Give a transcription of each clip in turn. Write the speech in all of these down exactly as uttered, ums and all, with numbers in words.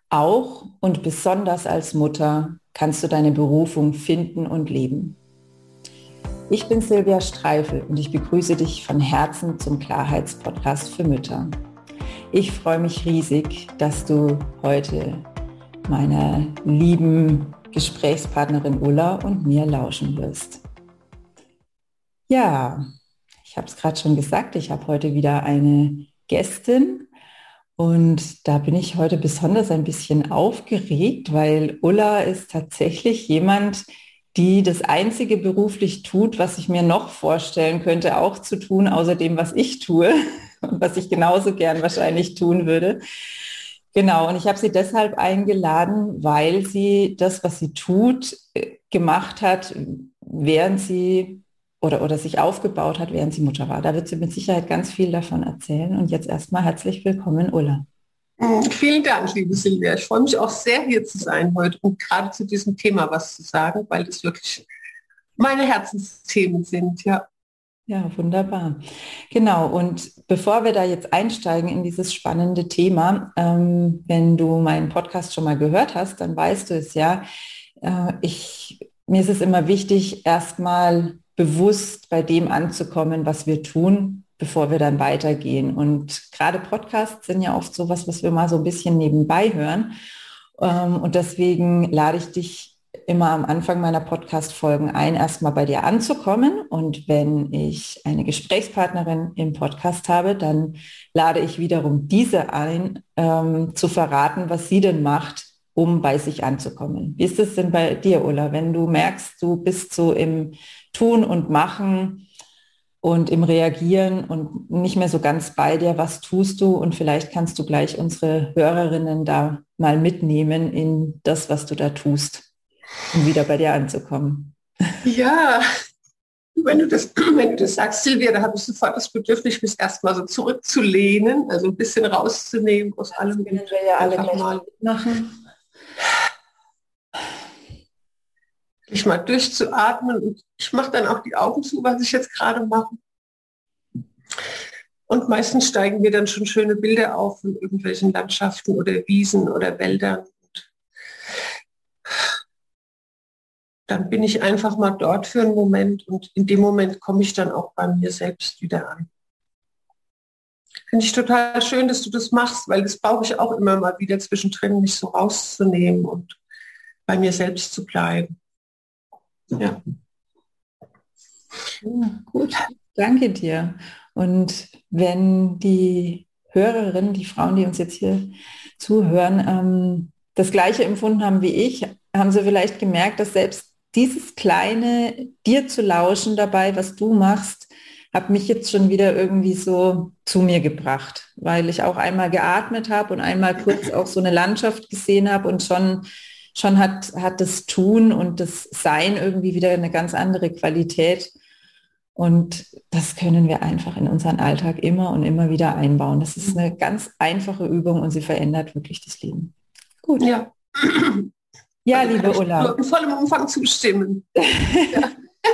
Auch und besonders als Mutter kannst du deine Berufung finden und leben. Ich bin Silvia Streifel und ich begrüße dich von Herzen zum Klarheitspodcast für Mütter. Ich freue mich riesig, dass du heute meiner lieben Gesprächspartnerin Ulla und mir lauschen wirst. Ja, ich habe es gerade schon gesagt, ich habe heute wieder eine Gästin. Und da bin ich heute besonders ein bisschen aufgeregt, weil Ulla ist tatsächlich jemand, die das Einzige beruflich tut, was ich mir noch vorstellen könnte, auch zu tun, außer dem, was ich tue und was ich genauso gern wahrscheinlich tun würde. Genau, und ich habe sie deshalb eingeladen, weil sie das, was sie tut, gemacht hat, während sie oder, oder sich aufgebaut hat, während sie Mutter war. Da wird sie mit Sicherheit ganz viel davon erzählen. Und jetzt erstmal herzlich willkommen, Ulla. Vielen Dank, liebe Silvia. Ich freue mich auch sehr, hier zu sein heute und gerade zu diesem Thema was zu sagen, weil das wirklich meine Herzensthemen sind, ja. Ja, wunderbar. Genau, und bevor wir da jetzt einsteigen in dieses spannende Thema, ähm, wenn du meinen Podcast schon mal gehört hast, dann weißt du es ja. Äh, ich, mir ist es immer wichtig, erstmal bewusst bei dem anzukommen, was wir tun, bevor wir dann weitergehen. Und gerade Podcasts sind ja oft sowas, was wir mal so ein bisschen nebenbei hören. Ähm, und deswegen lade ich dich immer am Anfang meiner Podcast-Folgen ein, erstmal bei dir anzukommen. Und wenn ich eine Gesprächspartnerin im Podcast habe, dann lade ich wiederum diese ein, ähm, zu verraten, was sie denn macht, um bei sich anzukommen. Wie ist es denn bei dir, Ulla, wenn du merkst, du bist so im Tun und Machen und im Reagieren und nicht mehr so ganz bei dir, was tust du? Und vielleicht kannst du gleich unsere Hörerinnen da mal mitnehmen in das, was du da tust, um wieder bei dir anzukommen. Ja, wenn du das, wenn du das sagst, Silvia, da habe ich sofort das Bedürfnis, mich erstmal so zurückzulehnen, also ein bisschen rauszunehmen aus allem. Das können wir ja alle gleich mal machen. Ich mal durchzuatmen und ich mache dann auch die Augen zu, was ich jetzt gerade mache. Und meistens steigen mir dann schon schöne Bilder auf von irgendwelchen Landschaften oder Wiesen oder Wäldern. Und dann bin ich einfach mal dort für einen Moment und in dem Moment komme ich dann auch bei mir selbst wieder an. Finde ich total schön, dass du das machst, weil das brauche ich auch immer mal wieder zwischendrin, mich so rauszunehmen und bei mir selbst zu bleiben. Ja. Ja, gut, danke dir. Und wenn die Hörerinnen, die Frauen, die uns jetzt hier zuhören, ähm, das Gleiche empfunden haben wie ich, haben sie vielleicht gemerkt, dass selbst dieses kleine dir zu lauschen dabei, was du machst, hat mich jetzt schon wieder irgendwie so zu mir gebracht, weil ich auch einmal geatmet habe und einmal kurz auch so eine Landschaft gesehen habe und schon schon hat, hat das Tun und das Sein irgendwie wieder eine ganz andere Qualität. Und das können wir einfach in unseren Alltag immer und immer wieder einbauen. Das ist eine ganz einfache Übung und sie verändert wirklich das Leben. Gut. Ja, ja, also liebe Ulla. In vollem Umfang zustimmen. Ja.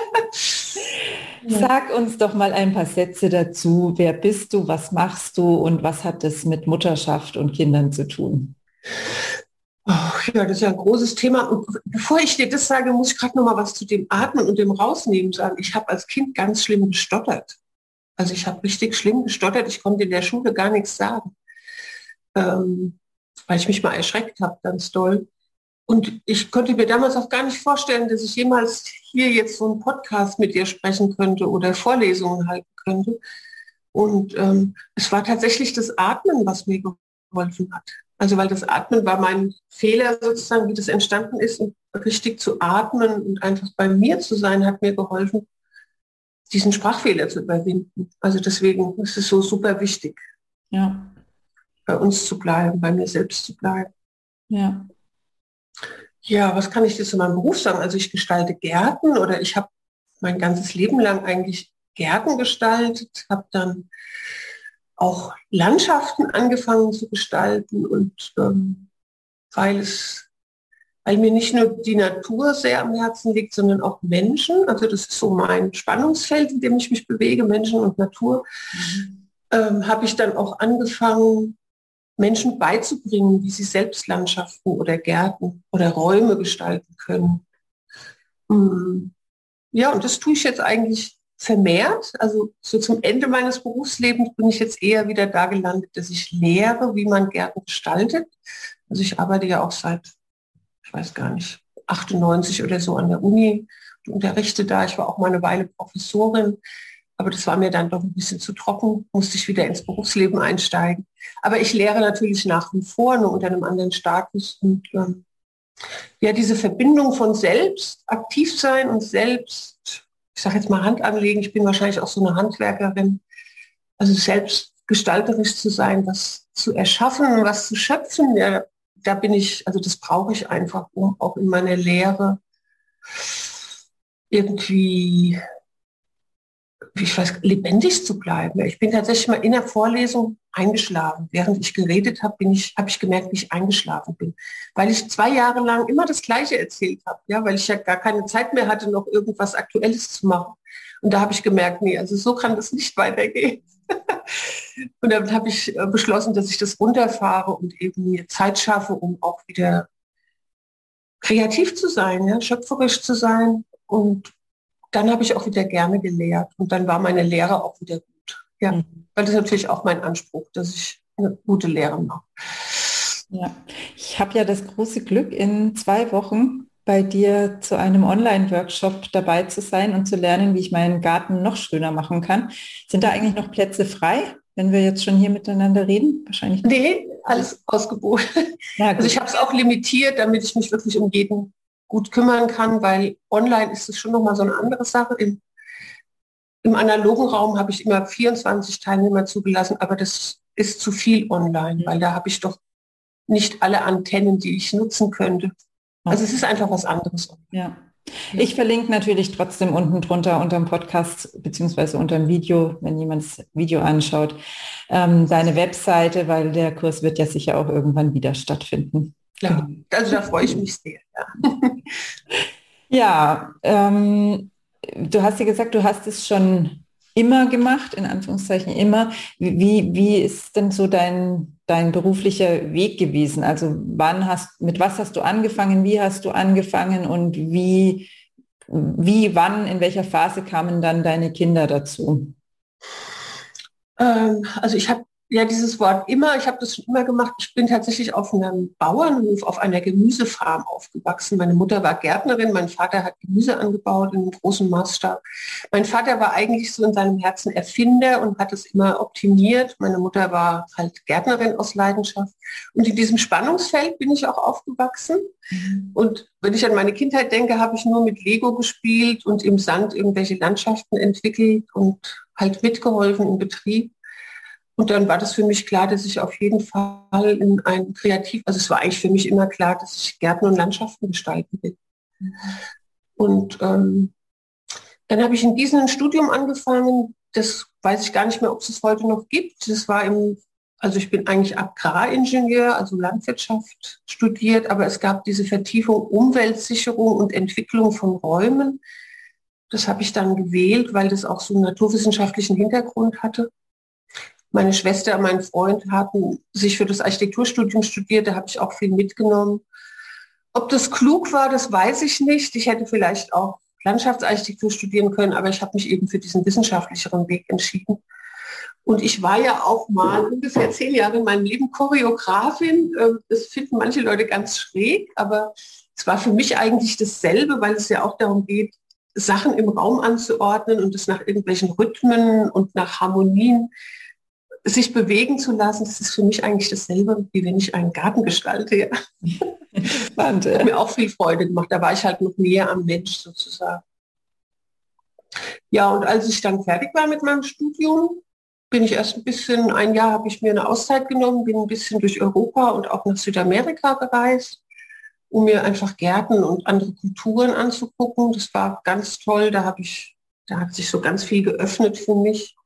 Sag uns doch mal ein paar Sätze dazu. Wer bist du, was machst du und was hat das mit Mutterschaft und Kindern zu tun? Oh, ja, das ist ja ein großes Thema. Und bevor ich dir das sage, muss ich gerade noch mal was zu dem Atmen und dem Rausnehmen sagen. Ich habe als Kind ganz schlimm gestottert. Also ich habe richtig schlimm gestottert. Ich konnte in der Schule gar nichts sagen, ähm, weil ich mich mal erschreckt habe, ganz doll. Und ich konnte mir damals auch gar nicht vorstellen, dass ich jemals hier jetzt so einen Podcast mit dir sprechen könnte oder Vorlesungen halten könnte. Und ähm, es war tatsächlich das Atmen, was mir geholfen hat. Also weil das Atmen war mein Fehler sozusagen, wie das entstanden ist. Und richtig zu atmen und einfach bei mir zu sein, hat mir geholfen, diesen Sprachfehler zu überwinden. Also deswegen ist es so super wichtig, ja, bei uns zu bleiben, bei mir selbst zu bleiben. Ja. Ja, was kann ich dir zu meinem Beruf sagen? Also ich gestalte Gärten oder ich habe mein ganzes Leben lang eigentlich Gärten gestaltet, habe dann auch Landschaften angefangen zu gestalten und ähm, weil es, weil mir nicht nur die Natur sehr am Herzen liegt, sondern auch Menschen. Also das ist so mein Spannungsfeld, in dem ich mich bewege, Menschen und Natur. Mhm. Ähm, habe ich dann auch angefangen, Menschen beizubringen, wie sie selbst Landschaften oder Gärten oder Räume gestalten können. Ja, und das tue ich jetzt eigentlich vermehrt. Also so zum Ende meines Berufslebens bin ich jetzt eher wieder da gelandet, dass ich lehre, wie man Gärten gestaltet. Also ich arbeite ja auch seit, ich weiß gar nicht, achtundneunzig oder so an der Uni und unterrichte da. Ich war auch mal eine Weile Professorin, aber das war mir dann doch ein bisschen zu trocken, musste ich wieder ins Berufsleben einsteigen. Aber ich lehre natürlich nach wie vor, nur unter einem anderen Status. Und ähm, ja, diese Verbindung von selbst aktiv sein und selbst, ich sage jetzt mal Hand anlegen, ich bin wahrscheinlich auch so eine Handwerkerin, also selbst gestalterisch zu sein, was zu erschaffen, was zu schöpfen, ja, da bin ich, also das brauche ich einfach, um auch in meiner Lehre irgendwie, ich weiß, lebendig zu bleiben. Ich bin tatsächlich mal in der Vorlesung eingeschlafen. Während ich geredet habe, bin ich, habe ich gemerkt, wie ich eingeschlafen bin. Weil ich zwei Jahre lang immer das Gleiche erzählt habe, ja, weil ich ja gar keine Zeit mehr hatte, noch irgendwas Aktuelles zu machen. Und da habe ich gemerkt, nee, also so kann das nicht weitergehen. Und dann habe ich beschlossen, dass ich das runterfahre und eben mir Zeit schaffe, um auch wieder kreativ zu sein, ja, schöpferisch zu sein. Und dann habe ich auch wieder gerne gelehrt. Und dann war meine Lehre auch wieder gut. Ja, mhm. Weil das ist natürlich auch mein Anspruch, dass ich eine gute Lehre mache. Ja, ich habe ja das große Glück, in zwei Wochen bei dir zu einem Online-Workshop dabei zu sein und zu lernen, wie ich meinen Garten noch schöner machen kann. Sind da eigentlich noch Plätze frei, wenn wir jetzt schon hier miteinander reden? Wahrscheinlich nicht. Nee, alles ausgebucht. Also ich habe es auch limitiert, damit ich mich wirklich um jeden gut kümmern kann, weil online ist es schon nochmal so eine andere Sache. Im, im analogen Raum habe ich immer vierundzwanzig Teilnehmer zugelassen, aber das ist zu viel online, weil da habe ich doch nicht alle Antennen, die ich nutzen könnte. Also es ist einfach was anderes. Ja. Ich verlinke natürlich trotzdem unten drunter unter dem Podcast beziehungsweise unter dem Video, wenn jemand das Video anschaut, ähm, deine Webseite, weil der Kurs wird ja sicher auch irgendwann wieder stattfinden. Ja, also da freue ich mich sehr. Ja, ja ähm, du hast ja gesagt, du hast es schon immer gemacht, in Anführungszeichen immer. Wie, wie ist denn so dein, dein beruflicher Weg gewesen? Also wann hast, mit was hast du angefangen, wie hast du angefangen und wie, wie, wann, in welcher Phase kamen dann deine Kinder dazu? Ähm, also ich habe ja dieses Wort immer, ich habe das schon immer gemacht. Ich bin tatsächlich auf einem Bauernhof, auf einer Gemüsefarm aufgewachsen. Meine Mutter war Gärtnerin, mein Vater hat Gemüse angebaut in einem großen Maßstab. Mein Vater war eigentlich so in seinem Herzen Erfinder und hat es immer optimiert. Meine Mutter war halt Gärtnerin aus Leidenschaft. Und in diesem Spannungsfeld bin ich auch aufgewachsen. Mhm. Und wenn ich an meine Kindheit denke, habe ich nur mit Lego gespielt und im Sand irgendwelche Landschaften entwickelt und halt mitgeholfen im Betrieb. Und dann war das für mich klar, dass ich auf jeden Fall in ein Kreativ, also es war eigentlich für mich immer klar, dass ich Gärten und Landschaften gestalten will. Mhm. Und ähm, dann habe ich in Gießen ein Studium angefangen, das weiß ich gar nicht mehr, ob es es heute noch gibt. Das war im, also ich bin eigentlich Agraringenieur, also Landwirtschaft studiert, aber es gab diese Vertiefung Umweltsicherung und Entwicklung von Räumen. Das habe ich dann gewählt, weil das auch so einen naturwissenschaftlichen Hintergrund hatte. Meine Schwester und mein Freund hatten sich für das Architekturstudium studiert, da habe ich auch viel mitgenommen. Ob das klug war, das weiß ich nicht. Ich hätte vielleicht auch Landschaftsarchitektur studieren können, aber ich habe mich eben für diesen wissenschaftlicheren Weg entschieden. Und ich war ja auch mal ungefähr zehn Jahre in meinem Leben Choreografin. Das finden manche Leute ganz schräg, aber es war für mich eigentlich dasselbe, weil es ja auch darum geht, Sachen im Raum anzuordnen und es nach irgendwelchen Rhythmen und nach Harmonien sich bewegen zu lassen. Das ist für mich eigentlich dasselbe, wie wenn ich einen Garten gestalte. Ja. Spannend, ja. Hat mir auch viel Freude gemacht. Da war ich halt noch näher am Mensch sozusagen. Ja, und als ich dann fertig war mit meinem Studium, bin ich erst ein bisschen, ein Jahr habe ich mir eine Auszeit genommen, bin ein bisschen durch Europa und auch nach Südamerika gereist, um mir einfach Gärten und andere Kulturen anzugucken. Das war ganz toll. Da habe ich, da hat sich so ganz viel geöffnet für mich.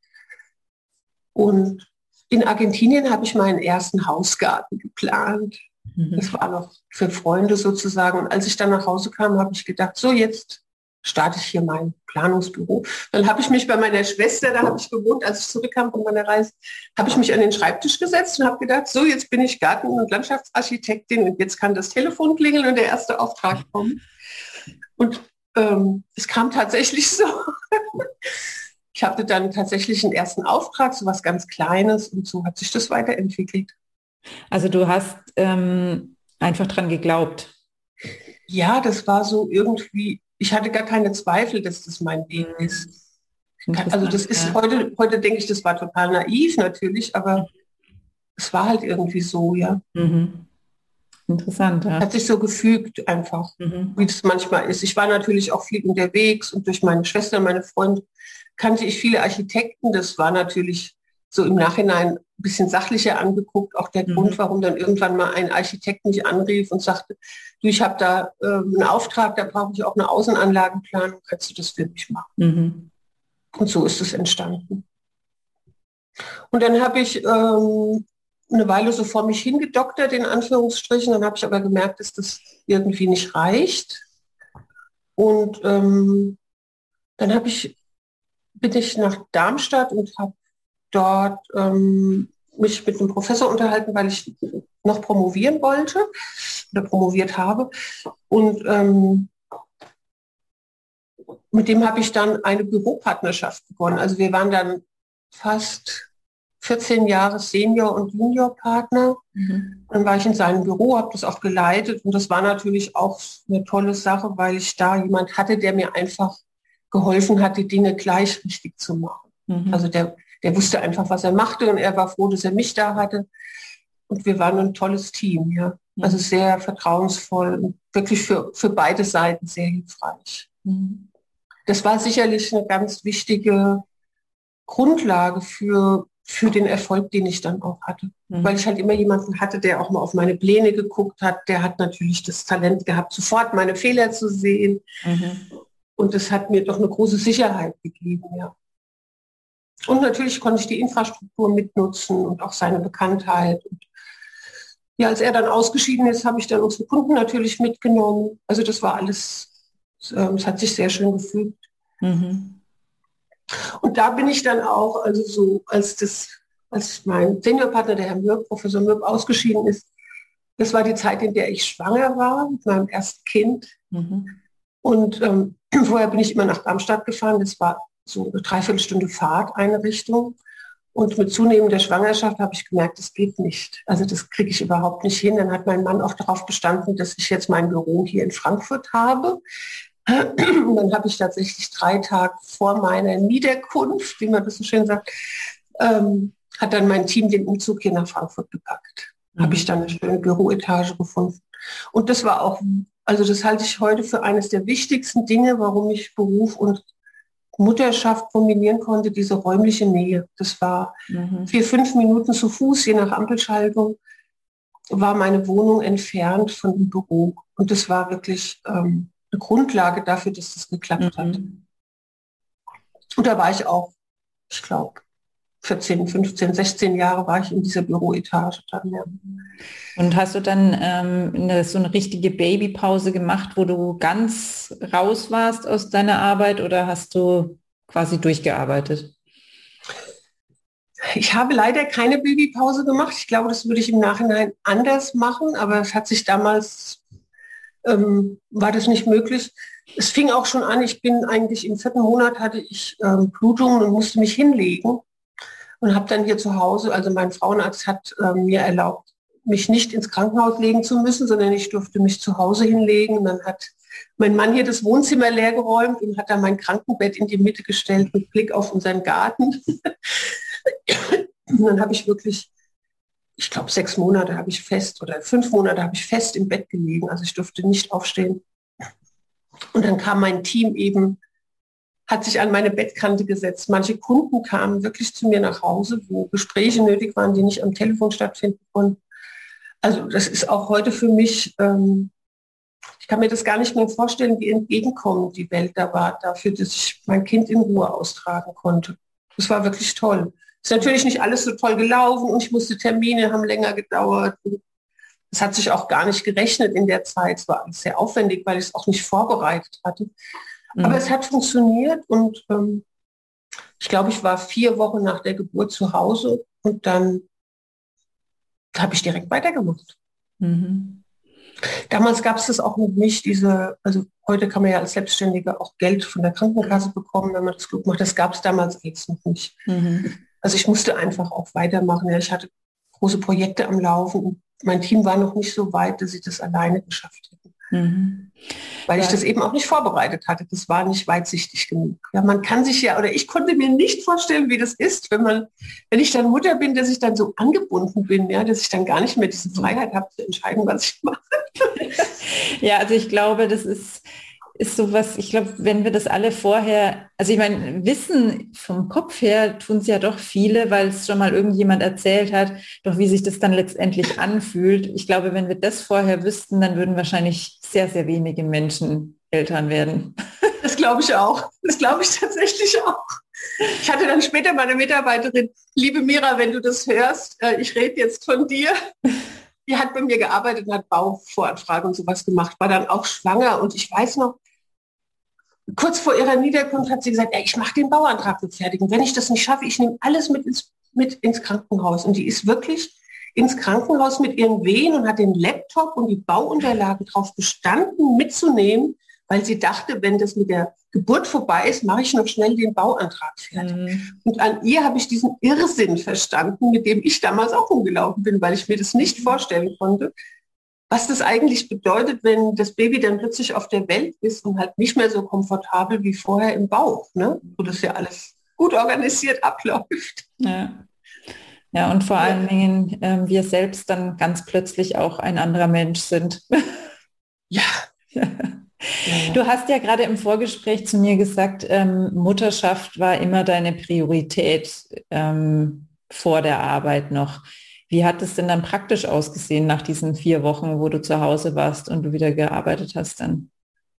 Und in Argentinien habe ich meinen ersten Hausgarten geplant. Mhm. Das war noch für Freunde sozusagen. Und als ich dann nach Hause kam, habe ich gedacht, so jetzt starte ich hier mein Planungsbüro. Dann habe ich mich bei meiner Schwester, da habe ich gewohnt, als ich zurückkam von meiner Reise, habe ich mich an den Schreibtisch gesetzt und habe gedacht, so, jetzt bin ich Garten- und Landschaftsarchitektin und jetzt kann das Telefon klingeln und der erste Auftrag kommen. Und ähm, es kam tatsächlich so. Ich hatte dann tatsächlich einen ersten Auftrag, so was ganz Kleines, und so hat sich das weiterentwickelt. Also du hast ähm, einfach dran geglaubt. Ja, das war so irgendwie, ich hatte gar keine Zweifel, dass das mein Weg ist. Also das ist ja. heute, heute denke ich, das war total naiv natürlich, aber es war halt irgendwie so, ja. Mhm. Interessant, ja. Hat sich so gefügt einfach, Mhm. wie das manchmal ist. Ich war natürlich auch viel unterwegs und durch meine Schwester und meine Freunde kannte ich viele Architekten. Das war natürlich so im Nachhinein ein bisschen sachlicher angeguckt. Auch der mhm. Grund, warum dann irgendwann mal ein Architekt mich anrief und sagte, du, ich habe da äh, einen Auftrag, da brauche ich auch eine Außenanlagenplanung, kannst du das für mich machen? Mhm. Und so ist es entstanden. Und dann habe ich ähm, eine Weile so vor mich hingedoktert, in Anführungsstrichen. Dann habe ich aber gemerkt, dass das irgendwie nicht reicht. Und ähm, dann habe ich, bin ich nach Darmstadt und habe dort ähm, mich mit einem Professor unterhalten, weil ich noch promovieren wollte oder promoviert habe. Und ähm, mit dem habe ich dann eine Büropartnerschaft begonnen. Also wir waren dann fast vierzehn Jahre Senior- und Juniorpartner. Mhm. Dann war ich in seinem Büro, habe das auch geleitet und das war natürlich auch eine tolle Sache, weil ich da jemand hatte, der mir einfach geholfen hat, die Dinge gleich richtig zu machen. Mhm. Also der, der wusste einfach, was er machte und er war froh, dass er mich da hatte. Und wir waren ein tolles Team, ja. Mhm. Also sehr vertrauensvoll und wirklich für, für beide Seiten sehr hilfreich. Mhm. Das war sicherlich eine ganz wichtige Grundlage für, für den Erfolg, den ich dann auch hatte. Mhm. Weil ich halt immer jemanden hatte, der auch mal auf meine Pläne geguckt hat. Der hat natürlich das Talent gehabt, sofort meine Fehler zu sehen. Mhm. Und das hat mir doch eine große Sicherheit gegeben, ja. Und natürlich konnte ich die Infrastruktur mitnutzen und auch seine Bekanntheit. Und ja, als er dann ausgeschieden ist, habe ich dann unsere Kunden natürlich mitgenommen. Also das war alles, es äh, hat sich sehr schön gefügt. Mhm. Und da bin ich dann auch, also so, als das, als mein Seniorpartner, der Herr Mürb, Professor Mürb, ausgeschieden ist, das war die Zeit, in der ich schwanger war mit meinem ersten Kind. Mhm. Und ähm, vorher bin ich immer nach Darmstadt gefahren. Das war so eine Dreiviertelstunde Fahrt, eine Richtung. Und mit zunehmender Schwangerschaft habe ich gemerkt, das geht nicht. Also das kriege ich überhaupt nicht hin. Dann hat mein Mann auch darauf bestanden, dass ich jetzt mein Büro hier in Frankfurt habe. Und dann habe ich tatsächlich drei Tage vor meiner Niederkunft, wie man das so schön sagt, ähm, hat dann mein Team den Umzug hier nach Frankfurt gepackt. Mhm. Habe ich dann eine schöne Büroetage gefunden. Und das war auch, also das halte ich heute für eines der wichtigsten Dinge, warum ich Beruf und Mutterschaft kombinieren konnte, diese räumliche Nähe. Das war mhm. vier, fünf Minuten zu Fuß, je nach Ampelschaltung, war meine Wohnung entfernt von dem Büro. Und das war wirklich ähm, eine Grundlage dafür, dass das geklappt mhm. hat. Und da war ich auch, ich glaube, vierzehn, fünfzehn, sechzehn Jahre war ich in dieser Büroetage dann, ja. Und hast du dann ähm, eine, so eine richtige Babypause gemacht, wo du ganz raus warst aus deiner Arbeit, oder hast du quasi durchgearbeitet? Ich habe leider keine Babypause gemacht. Ich glaube, das würde ich im Nachhinein anders machen, aber es hat sich damals, ähm, war das nicht möglich. Es fing auch schon an, ich bin eigentlich im vierten Monat hatte ich ähm, Blutungen und musste mich hinlegen und habe dann hier zu Hause, also mein Frauenarzt hat äh, mir erlaubt, mich nicht ins Krankenhaus legen zu müssen, sondern ich durfte mich zu Hause hinlegen. Und dann hat mein Mann hier das Wohnzimmer leer geräumt und hat dann mein Krankenbett in die Mitte gestellt mit Blick auf unseren Garten. Und dann habe ich wirklich, ich glaube, sechs Monate habe ich fest oder fünf Monate habe ich fest im Bett gelegen. Also ich durfte nicht aufstehen. Und dann kam mein Team eben, hat sich an meine Bettkante gesetzt. Manche Kunden kamen wirklich zu mir nach Hause, wo Gespräche nötig waren, die nicht am Telefon stattfinden konnten. Also das ist auch heute für mich, ähm, ich kann mir das gar nicht mehr vorstellen, wie entgegenkommend die Welt da war, dafür, dass ich mein Kind in Ruhe austragen konnte. Das war wirklich toll. Ist natürlich nicht alles so toll gelaufen und ich musste Termine, haben länger gedauert. Das hat sich auch gar nicht gerechnet in der Zeit. Es war alles sehr aufwendig, weil ich es auch nicht vorbereitet hatte. Mhm. Aber es hat funktioniert und ähm, ich glaube, ich war vier Wochen nach der Geburt zu Hause und dann habe ich direkt weitergemacht. Mhm. Damals gab es das auch noch nicht, diese, also heute kann man ja als Selbstständiger auch Geld von der Krankenkasse bekommen, wenn man das klug macht. Das gab es damals jetzt noch nicht. Mhm. Also ich musste einfach auch weitermachen. Ja, ich hatte große Projekte am Laufen und mein Team war noch nicht so weit, dass ich das alleine geschafft hätte. Mhm. Weil ich Ja. das eben auch nicht vorbereitet hatte. Das war nicht weitsichtig genug. Ja, man kann sich ja, oder ich konnte mir nicht vorstellen, wie das ist, wenn man, wenn ich dann Mutter bin, dass ich dann so angebunden bin, ja, dass ich dann gar nicht mehr diese Freiheit habe zu entscheiden, was ich mache. Ja, also ich glaube, das ist, ist sowas, ich glaube, wenn wir das alle vorher, also ich meine, wissen vom Kopf her tun es ja doch viele, weil es schon mal irgendjemand erzählt hat, doch wie sich das dann letztendlich anfühlt. Ich glaube, wenn wir das vorher wüssten, dann würden wahrscheinlich sehr, sehr wenige Menschen Eltern werden. Das glaube ich auch. Das glaube ich tatsächlich auch. Ich hatte dann später meine Mitarbeiterin, liebe Mira, wenn du das hörst, äh, ich rede jetzt von dir. Die hat bei mir gearbeitet und hat Bauvoranfragen und sowas gemacht, war dann auch schwanger und ich weiß noch, kurz vor ihrer Niederkunft hat sie gesagt, ey, ich mache den Bauantrag mit fertig und wenn ich das nicht schaffe, ich nehme alles mit ins, mit ins Krankenhaus. Und die ist wirklich ins Krankenhaus mit ihren Wehen und hat den Laptop und die Bauunterlagen drauf bestanden, mitzunehmen, weil sie dachte, wenn das mit der Geburt vorbei ist, mache ich noch schnell den Bauantrag fertig. Mhm. Und an ihr habe ich diesen Irrsinn verstanden, mit dem ich damals auch umgelaufen bin, weil ich mir das nicht vorstellen konnte, was das eigentlich bedeutet, wenn das Baby dann plötzlich auf der Welt ist und halt nicht mehr so komfortabel wie vorher im Bauch, ne? Wo das ja alles gut organisiert abläuft. Ja, ja und vor ja. allen Dingen äh, wir selbst dann ganz plötzlich auch ein anderer Mensch sind. Ja. Du hast ja gerade im Vorgespräch zu mir gesagt, ähm, Mutterschaft war immer deine Priorität ähm, vor der Arbeit noch. Wie hat es denn dann praktisch ausgesehen nach diesen vier Wochen, wo du zu Hause warst und du wieder gearbeitet hast dann?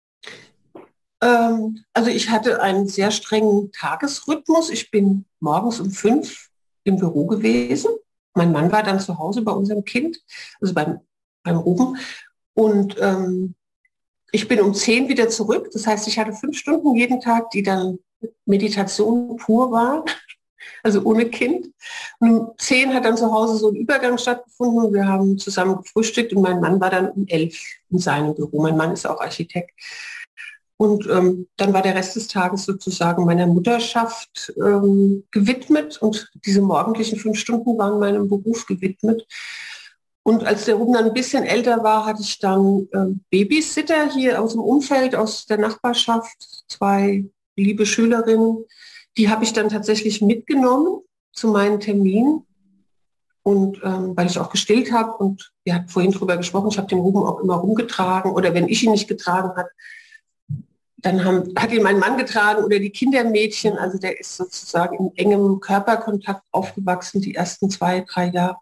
Ähm, also ich hatte einen sehr strengen Tagesrhythmus. Ich bin morgens um fünf im Büro gewesen. Mein Mann war dann zu Hause bei unserem Kind, also beim, beim Ruben. Und ähm, ich bin um zehn wieder zurück. Das heißt, ich hatte fünf Stunden jeden Tag, die dann Meditation pur waren. Also ohne Kind. Und um zehn hat dann zu Hause so ein Übergang stattgefunden und wir haben zusammen gefrühstückt und mein Mann war dann um elf in seinem Büro. Mein Mann ist auch Architekt. Und ähm, dann war der Rest des Tages sozusagen meiner Mutterschaft ähm, gewidmet und diese morgendlichen fünf Stunden waren meinem Beruf gewidmet. Und als der Ruben dann ein bisschen älter war, hatte ich dann ähm, Babysitter hier aus dem Umfeld, aus der Nachbarschaft, zwei liebe Schülerinnen. Die habe ich dann tatsächlich mitgenommen zu meinen Terminen und ähm, weil ich auch gestillt habe und wir hatten vorhin drüber gesprochen, ich habe den Ruben auch immer rumgetragen oder wenn ich ihn nicht getragen habe, dann haben, hat ihn mein Mann getragen oder die Kindermädchen, also der ist sozusagen in engem Körperkontakt aufgewachsen, die ersten zwei, drei Jahre.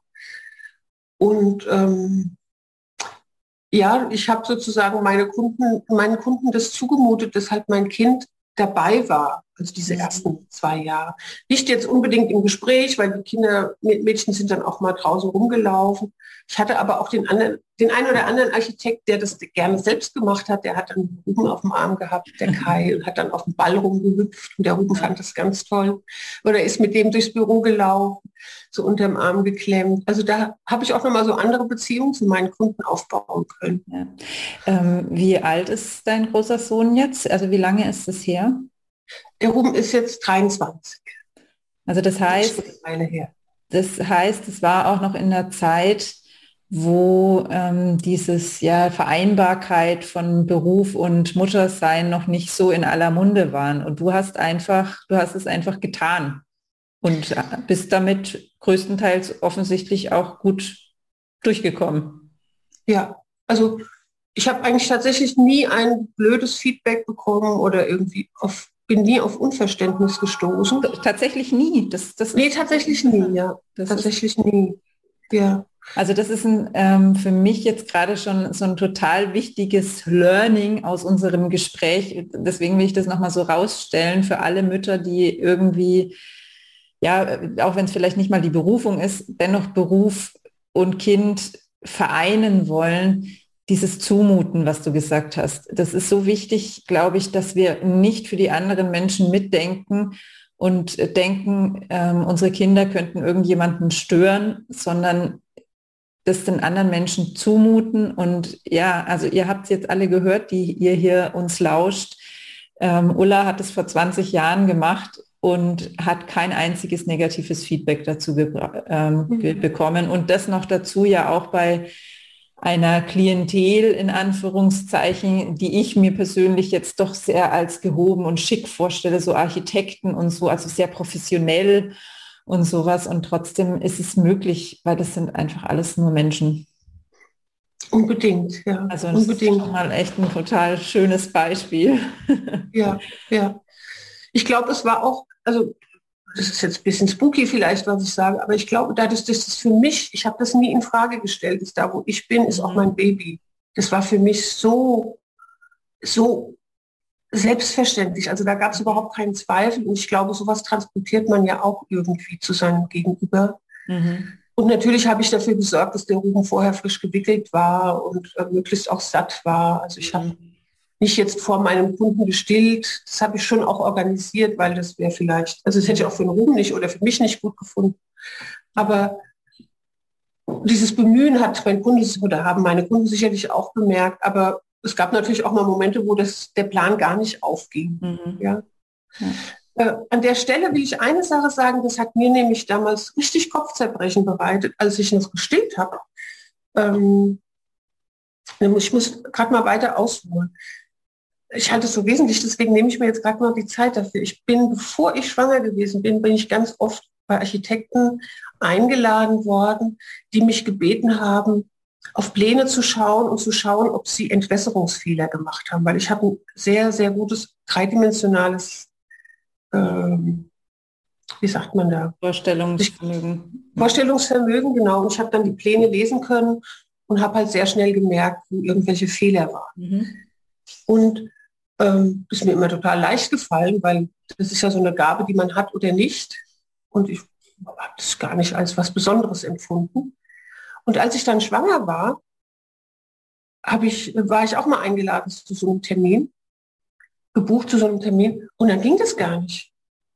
Und ähm, ja, ich habe sozusagen meine Kunden, meinen Kunden das zugemutet, dass halt mein Kind dabei war, also diese ersten zwei Jahre. Nicht jetzt unbedingt im Gespräch, weil die Kinder, Mädchen sind dann auch mal draußen rumgelaufen. Ich hatte aber auch den anderen, den einen oder anderen Architekt, der das gerne selbst gemacht hat, der hat dann Ruben auf dem Arm gehabt, der Kai, und hat dann auf dem Ball rumgehüpft und der Ruben fand das ganz toll. Oder ist mit dem durchs Büro gelaufen, so unterm Arm geklemmt. Also da habe ich auch nochmal so andere Beziehungen zu meinen Kunden aufbauen können. Ja. Ähm, wie alt ist dein großer Sohn jetzt? Also wie lange ist es her? Der Ruben ist jetzt dreiundzwanzig. Also das heißt, das heißt, es war auch noch in der Zeit, wo ähm, dieses ja Vereinbarkeit von Beruf und Muttersein noch nicht so in aller Munde waren. Und du hast einfach, du hast es einfach getan und bist damit größtenteils offensichtlich auch gut durchgekommen. Ja, also ich habe eigentlich tatsächlich nie ein blödes Feedback bekommen oder irgendwie auf, bin nie auf Unverständnis gestoßen. Tatsächlich nie. Das, das nee, tatsächlich nie, ja. Das tatsächlich ist, nie. Ja. Also das ist ein, ähm, für mich jetzt gerade schon so ein total wichtiges Learning aus unserem Gespräch. Deswegen will ich das nochmal so rausstellen für alle Mütter, die irgendwie, ja, auch wenn es vielleicht nicht mal die Berufung ist, dennoch Beruf und Kind vereinen wollen. dieses Zumuten, was du gesagt hast. Das ist so wichtig, glaube ich, dass wir nicht für die anderen Menschen mitdenken und denken, ähm, unsere Kinder könnten irgendjemanden stören, sondern das den anderen Menschen zumuten. Und ja, also ihr habt es jetzt alle gehört, die ihr hier uns lauscht. Ähm, Ulla hat es vor zwanzig Jahren gemacht und hat kein einziges negatives Feedback dazu ähm, mhm. bekommen. Und das noch dazu ja auch bei einer Klientel in Anführungszeichen, die ich mir persönlich jetzt doch sehr als gehoben und schick vorstelle, so Architekten und so, also sehr professionell und sowas. Und trotzdem ist es möglich, weil das sind einfach alles nur Menschen. Unbedingt, ja. Also das Unbedingt. ist schon mal echt ein total schönes Beispiel. Ja, ja. Ich glaube, es war auch, also das ist jetzt ein bisschen spooky vielleicht, was ich sage, aber ich glaube, dadurch, dass das für mich, ich habe das nie in Frage gestellt, ist da, wo ich bin, ist auch mein Baby. Das war für mich so, so selbstverständlich. Also da gab es überhaupt keinen Zweifel. Und ich glaube, sowas transportiert man ja auch irgendwie zu seinem Gegenüber. Mhm. Und natürlich habe ich dafür gesorgt, dass der Ruben vorher frisch gewickelt war und äh, möglichst auch satt war. Also ich habe nicht jetzt vor meinem Kunden gestillt. Das habe ich schon auch organisiert, weil das wäre vielleicht, also das hätte ich auch für den Ruben nicht oder für mich nicht gut gefunden. Aber dieses Bemühen hat mein Kunde oder haben meine Kunden sicherlich auch bemerkt. Aber es gab natürlich auch mal Momente, wo das, der Plan gar nicht aufging. Mhm. Ja. Ja. Äh, an der Stelle will ich eine Sache sagen, das hat mir nämlich damals richtig Kopfzerbrechen bereitet, als ich noch gestillt habe. Ähm, ich muss gerade mal weiter ausholen. Ich halte es so wesentlich, deswegen nehme ich mir jetzt gerade mal die Zeit dafür. Ich bin, bevor ich schwanger gewesen bin, bin ich ganz oft bei Architekten eingeladen worden, die mich gebeten haben, auf Pläne zu schauen und zu schauen, ob sie Entwässerungsfehler gemacht haben, weil ich habe ein sehr, sehr gutes dreidimensionales, ähm, wie sagt man da? Vorstellungsvermögen. Vorstellungsvermögen, genau. Und ich habe dann die Pläne lesen können und habe halt sehr schnell gemerkt, wo irgendwelche Fehler waren. Mhm. Und ähm, das ist mir immer total leicht gefallen, weil das ist ja so eine Gabe, die man hat oder nicht. Und ich habe das gar nicht als was Besonderes empfunden. Und als ich dann schwanger war, habe ich, war ich auch mal eingeladen zu so einem Termin, gebucht zu so einem Termin. Und dann ging das gar nicht.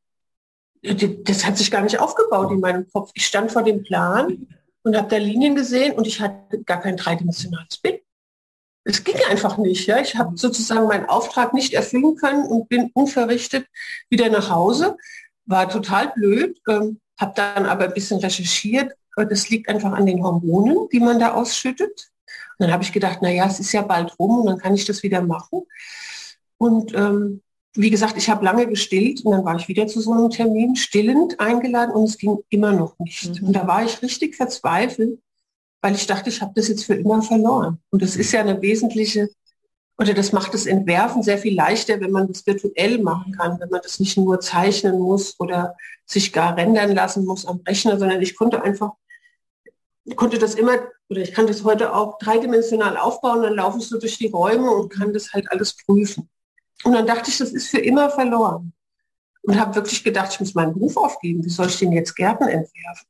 Das hat sich gar nicht aufgebaut in meinem Kopf. Ich stand vor dem Plan und habe da Linien gesehen und ich hatte gar kein dreidimensionales Bild. Es ging einfach nicht. Ja? Ich habe sozusagen meinen Auftrag nicht erfüllen können und bin unverrichtet wieder nach Hause. War total blöd, ähm, habe dann aber ein bisschen recherchiert. Das liegt einfach an den Hormonen, die man da ausschüttet. Und dann habe ich gedacht, naja, es ist ja bald rum und dann kann ich das wieder machen. Und ähm, wie gesagt, ich habe lange gestillt und dann war ich wieder zu so einem Termin stillend eingeladen und es ging immer noch nicht. Mhm. Und da war ich richtig verzweifelt, weil ich dachte, ich habe das jetzt für immer verloren. Und das ist ja eine wesentliche, oder das macht das Entwerfen sehr viel leichter, wenn man das virtuell machen kann, wenn man das nicht nur zeichnen muss oder sich gar rendern lassen muss am Rechner, sondern ich konnte einfach, ich konnte das immer, oder ich kann das heute auch dreidimensional aufbauen, dann laufe ich so durch die Räume und kann das halt alles prüfen. Und dann dachte ich, das ist für immer verloren. Und habe wirklich gedacht, ich muss meinen Beruf aufgeben. Wie soll ich denn jetzt Gärten entwerfen?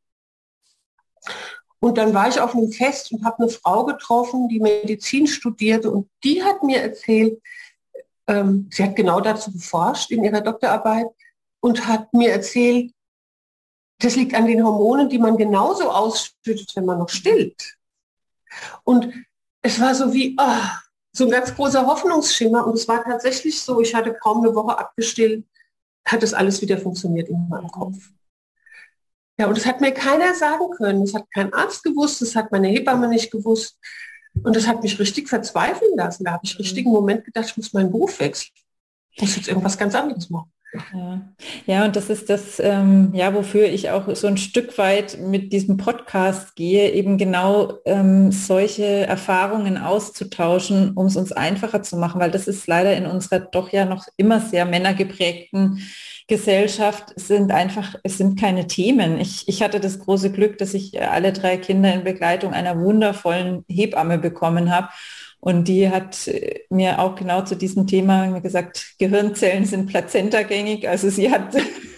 Und dann war ich auf einem Fest und habe eine Frau getroffen, die Medizin studierte. Und die hat mir erzählt, ähm, sie hat genau dazu geforscht in ihrer Doktorarbeit und hat mir erzählt, das liegt an den Hormonen, die man genauso ausschüttet, wenn man noch stillt. Und es war so wie, oh, so ein ganz großer Hoffnungsschimmer. Und es war tatsächlich so, ich hatte kaum eine Woche abgestillt, hat das alles wieder funktioniert in meinem Kopf. Ja, und das hat mir keiner sagen können. Das hat kein Arzt gewusst, das hat meine Hebamme nicht gewusst. Und das hat mich richtig verzweifeln lassen. Da habe ich richtig einen Moment gedacht, ich muss meinen Beruf wechseln. Ich muss jetzt irgendwas ganz anderes machen. Ja, ja, und das ist das, ähm, ja, wofür ich auch so ein Stück weit mit diesem Podcast gehe, eben genau ähm, solche Erfahrungen auszutauschen, um es uns einfacher zu machen, weil das ist leider in unserer doch ja noch immer sehr männergeprägten Gesellschaft, sind einfach, es sind keine Themen. Ich, ich hatte das große Glück, dass ich alle drei Kinder in Begleitung einer wundervollen Hebamme bekommen habe. Und die hat mir auch genau zu diesem Thema gesagt, Gehirnzellen sind plazentagängig. Also sie hat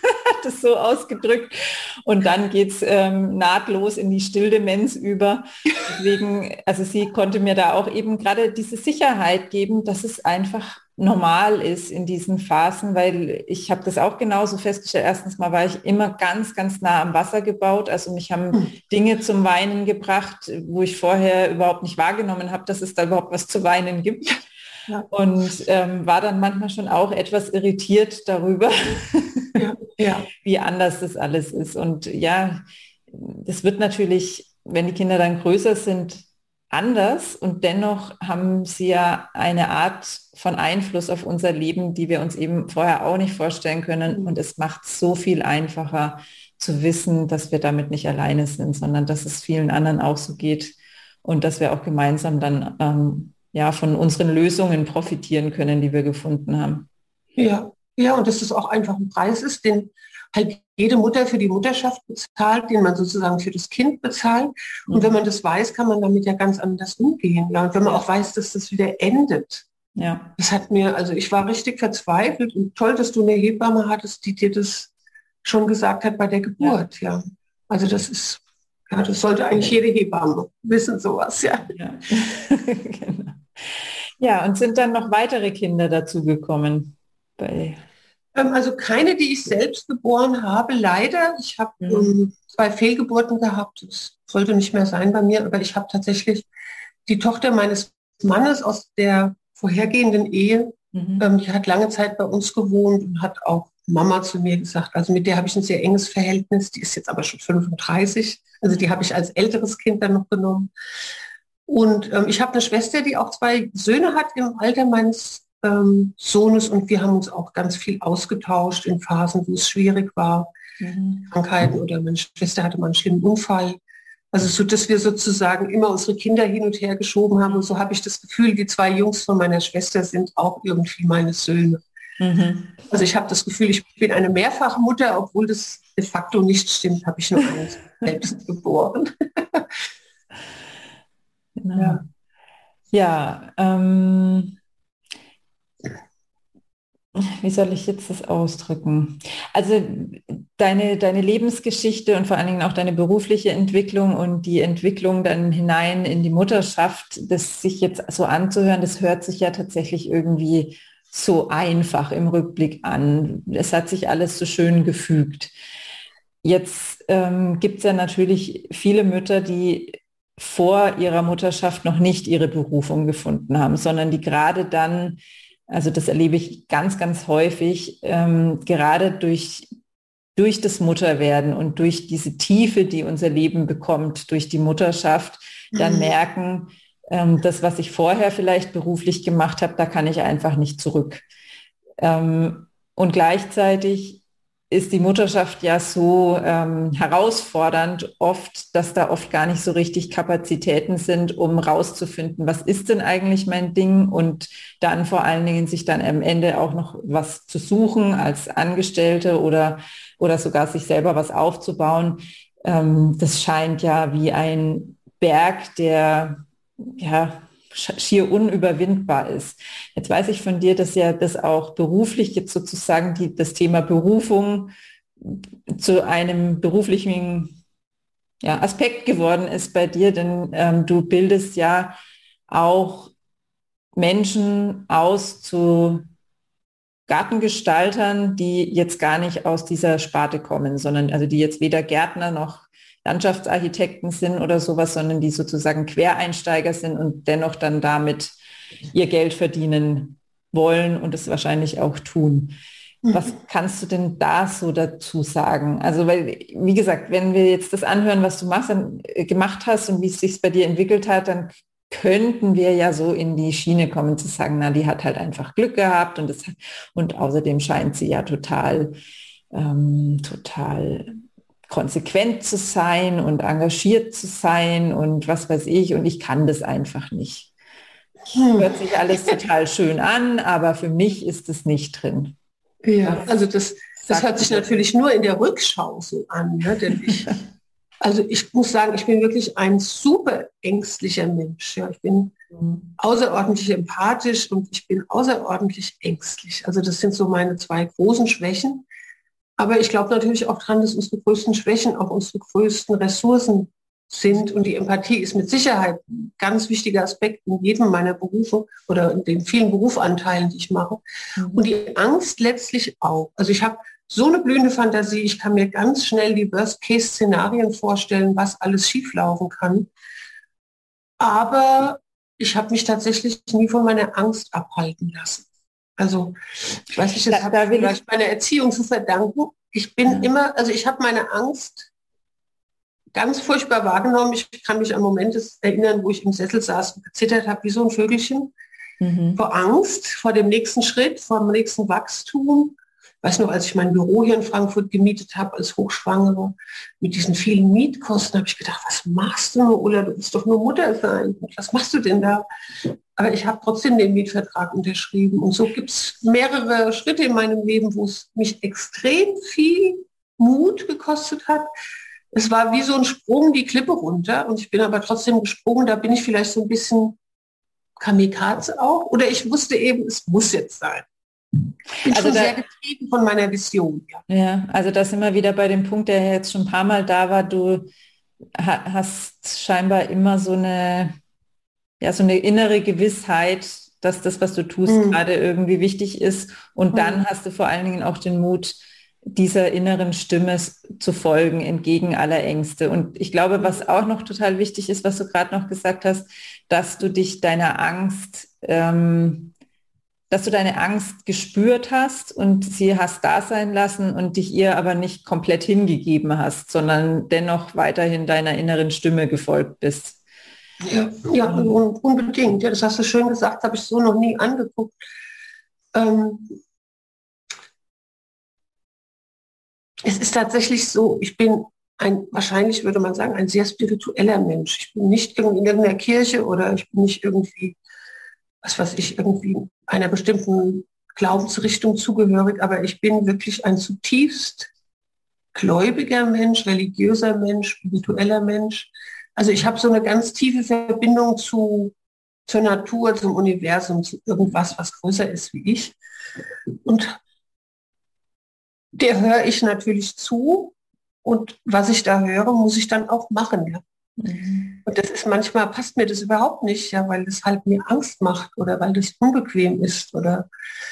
hat es so ausgedrückt. Und dann geht es ähm, nahtlos in die Stilldemenz über. Deswegen, also sie konnte mir da auch eben gerade diese Sicherheit geben, dass es einfach normal ist in diesen Phasen, weil ich habe das auch genauso festgestellt. Erstens mal war ich immer ganz, ganz nah am Wasser gebaut. Also mich haben Dinge zum Weinen gebracht, wo ich vorher überhaupt nicht wahrgenommen habe, dass es da überhaupt was zu weinen gibt. Ja. Und ähm, war dann manchmal schon auch etwas irritiert darüber, ja, ja. wie anders das alles ist. Und ja, das wird natürlich, wenn die Kinder dann größer sind, anders, und dennoch haben sie ja eine Art von Einfluss auf unser Leben, die wir uns eben vorher auch nicht vorstellen können. Und es macht so viel einfacher zu wissen, dass wir damit nicht alleine sind, sondern dass es vielen anderen auch so geht und dass wir auch gemeinsam dann ähm, ja von unseren Lösungen profitieren können, die wir gefunden haben. Ja, ja, und dass es auch einfach ein Preis ist, den halt jede Mutter für die Mutterschaft bezahlt, den man sozusagen für das Kind bezahlt. Und mhm. wenn man das weiß, kann man damit ja ganz anders umgehen. Ja, und wenn man auch weiß, dass das wieder endet. Ja. Das hat mir, also ich war richtig verzweifelt, und toll, dass du eine Hebamme hattest, die dir das schon gesagt hat bei der Geburt. Ja, ja. Also das ist, ja, das sollte eigentlich jede Hebamme wissen, sowas, ja. Ja. Genau. Ja, und sind dann noch weitere Kinder dazugekommen bei... Also keine, die ich selbst geboren habe, leider. Ich habe mhm. um, zwei Fehlgeburten gehabt. Das sollte nicht mehr sein bei mir, aber ich habe tatsächlich die Tochter meines Mannes aus der vorhergehenden Ehe, mhm. ähm, die hat lange Zeit bei uns gewohnt und hat auch Mama zu mir gesagt. Also mit der habe ich ein sehr enges Verhältnis. Die ist jetzt aber schon fünfunddreißig. Also die habe ich als älteres Kind dann noch genommen. Und ähm, ich habe eine Schwester, die auch zwei Söhne hat im Alter meines Sohnes, und wir haben uns auch ganz viel ausgetauscht in Phasen, wo es schwierig war, mhm. Krankheiten, oder meine Schwester hatte mal einen schlimmen Unfall. Also so, dass wir sozusagen immer unsere Kinder hin und her geschoben haben, und so habe ich das Gefühl, die zwei Jungs von meiner Schwester sind auch irgendwie meine Söhne. Mhm. Also ich habe das Gefühl, ich bin eine Mehrfachmutter, obwohl das de facto nicht stimmt, habe ich nur eines selbst geboren. Genau. Ja, ja ähm wie soll ich jetzt das ausdrücken? Also deine, deine Lebensgeschichte und vor allen Dingen auch deine berufliche Entwicklung und die Entwicklung dann hinein in die Mutterschaft, das sich jetzt so anzuhören, das hört sich ja tatsächlich irgendwie so einfach im Rückblick an. Es hat sich alles so schön gefügt. Jetzt ähm, gibt es ja natürlich viele Mütter, die vor ihrer Mutterschaft noch nicht ihre Berufung gefunden haben, sondern die gerade dann, also das erlebe ich ganz, ganz häufig, ähm, gerade durch, durch das Mutterwerden und durch diese Tiefe, die unser Leben bekommt, durch die Mutterschaft, dann merken, ähm, das, was ich vorher vielleicht beruflich gemacht habe, da kann ich einfach nicht zurück. Ähm, und gleichzeitig ist die Mutterschaft ja so ähm, herausfordernd oft, dass da oft gar nicht so richtig Kapazitäten sind, um rauszufinden, was ist denn eigentlich mein Ding, und dann vor allen Dingen sich dann am Ende auch noch was zu suchen als Angestellte oder, oder sogar sich selber was aufzubauen. Ähm, das scheint ja wie ein Berg, der ja schier unüberwindbar ist. Jetzt weiß ich von dir, dass ja das auch beruflich jetzt sozusagen die, das Thema Berufung zu einem beruflichen ja, Aspekt geworden ist bei dir, denn ähm, du bildest ja auch Menschen aus zu Gartengestaltern, die jetzt gar nicht aus dieser Sparte kommen, sondern also die jetzt weder Gärtner noch Landschaftsarchitekten sind oder sowas, sondern die sozusagen Quereinsteiger sind und dennoch dann damit ihr Geld verdienen wollen und es wahrscheinlich auch tun. Mhm. Was kannst du denn da so dazu sagen? Also, weil, wie gesagt, wenn wir jetzt das anhören, was du machst, dann, äh, gemacht hast und wie es sich bei dir entwickelt hat, dann könnten wir ja so in die Schiene kommen zu sagen, na, die hat halt einfach Glück gehabt, und, das, und außerdem scheint sie ja total, ähm, total konsequent zu sein und engagiert zu sein und was weiß ich, und ich kann das einfach nicht. Hm. Hört sich alles total schön an, aber für mich ist es nicht drin. Ja, was also das, das hört sich natürlich nur in der Rückschau so an, ne? Denn ich, also ich muss sagen, ich bin wirklich ein super ängstlicher Mensch. Ja. Ich bin mhm. außerordentlich empathisch und ich bin außerordentlich ängstlich. Also das sind so meine zwei großen Schwächen. Aber ich glaube natürlich auch dran, dass unsere größten Schwächen auch unsere größten Ressourcen sind. Und die Empathie ist mit Sicherheit ein ganz wichtiger Aspekt in jedem meiner Berufe oder in den vielen Berufsanteilen, die ich mache. Mhm. Und die Angst letztlich auch. Also ich habe so eine blühende Fantasie, ich kann mir ganz schnell die Worst-Case-Szenarien vorstellen, was alles schieflaufen kann. Aber ich habe mich tatsächlich nie von meiner Angst abhalten lassen. Also ich weiß nicht, das Da- habe da ich will vielleicht ich- meiner Erziehung zu verdanken. Ich bin Ja. immer, also ich habe meine Angst ganz furchtbar wahrgenommen. Ich kann mich an Momente erinnern, wo ich im Sessel saß und gezittert habe wie so ein Vögelchen. Mhm. Vor Angst, vor dem nächsten Schritt, vor dem nächsten Wachstum. Ich weiß noch, als ich mein Büro hier in Frankfurt gemietet habe als Hochschwangere, mit diesen vielen Mietkosten, habe ich gedacht, was machst du, Ulla, du willst doch nur Mutter sein. Was machst du denn da? Aber ich habe trotzdem den Mietvertrag unterschrieben. Und so gibt es mehrere Schritte in meinem Leben, wo es mich extrem viel Mut gekostet hat. Es war wie so ein Sprung die Klippe runter und ich bin aber trotzdem gesprungen. Da bin ich vielleicht so ein bisschen Kamikaze auch. Oder ich wusste eben, es muss jetzt sein. Ich bin Also schon da- sehr getrieben von meiner Vision. Ja. Ja, also da sind wir wieder bei dem Punkt, der jetzt schon ein paar Mal da war. Du ha- hast scheinbar immer so eine, ja, so eine innere Gewissheit, dass das, was du tust, Mhm. gerade irgendwie wichtig ist. Und Mhm. dann hast du vor allen Dingen auch den Mut, dieser inneren Stimme s- zu folgen, entgegen aller Ängste. Und ich glaube, was auch noch total wichtig ist, was du gerade noch gesagt hast, dass du dich deiner Angst, ähm, dass du deine Angst gespürt hast und sie hast da sein lassen und dich ihr aber nicht komplett hingegeben hast, sondern dennoch weiterhin deiner inneren Stimme gefolgt bist. Ja, ja, un- unbedingt. Ja, das hast du schön gesagt, habe ich so noch nie angeguckt. Ähm, es ist tatsächlich so, ich bin ein, wahrscheinlich würde man sagen, ein sehr spiritueller Mensch. Ich bin nicht irgendwie in irgendeiner Kirche oder ich bin nicht irgendwie, was weiß ich, irgendwie einer bestimmten Glaubensrichtung zugehörig, aber ich bin wirklich ein zutiefst gläubiger Mensch, religiöser Mensch, spiritueller Mensch. Also ich habe so eine ganz tiefe Verbindung zu, zur Natur, zum Universum, zu irgendwas, was größer ist wie ich. Und der höre ich natürlich zu. Und was ich da höre, muss ich dann auch machen. Ja. Mhm. Und das ist manchmal, passt mir das überhaupt nicht, ja, weil das halt mir Angst macht oder weil das unbequem ist. Oder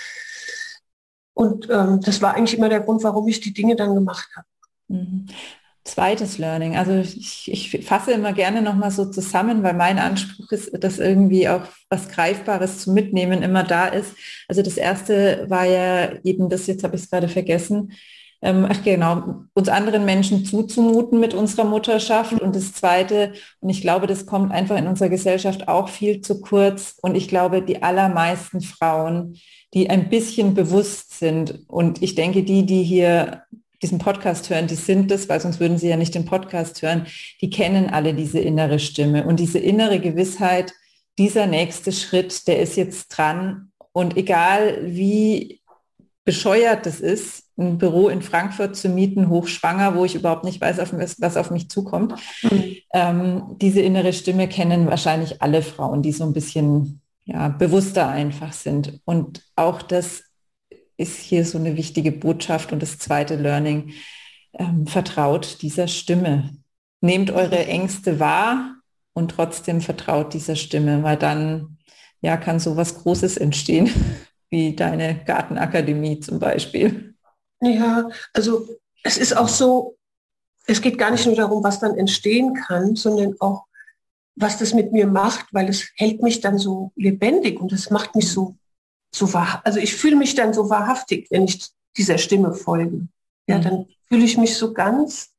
und ähm, das war eigentlich immer der Grund, warum ich die Dinge dann gemacht habe. Mhm. Zweites Learning. Also ich, ich fasse immer gerne nochmal so zusammen, weil mein Anspruch ist, dass irgendwie auch was Greifbares zum Mitnehmen immer da ist. Also das erste war ja eben das, jetzt habe ich es gerade vergessen, ähm, ach genau, uns anderen Menschen zuzumuten mit unserer Mutterschaft. Und das zweite, und ich glaube, das kommt einfach in unserer Gesellschaft auch viel zu kurz. Und ich glaube, die allermeisten Frauen, die ein bisschen bewusst sind, und ich denke, die, die hier diesen Podcast hören, die sind das, weil sonst würden sie ja nicht den Podcast hören, die kennen alle diese innere Stimme und diese innere Gewissheit, dieser nächste Schritt, der ist jetzt dran und egal wie bescheuert das ist, ein Büro in Frankfurt zu mieten, hochschwanger, wo ich überhaupt nicht weiß, auf was, was auf mich zukommt, Mhm. ähm, diese innere Stimme kennen wahrscheinlich alle Frauen, die so ein bisschen ja, bewusster einfach sind und auch das ist hier so eine wichtige Botschaft und das zweite Learning, ähm, vertraut dieser Stimme. Nehmt eure Ängste wahr und trotzdem vertraut dieser Stimme, weil dann ja, kann so was Großes entstehen, wie deine Gartenakademie zum Beispiel. Ja, also es ist auch so, es geht gar nicht nur darum, was dann entstehen kann, sondern auch, was das mit mir macht, weil es hält mich dann so lebendig und es macht mich so so wahr, also ich fühle mich dann so wahrhaftig, wenn ich dieser Stimme folge. Ja, Mhm. dann fühle ich mich so ganz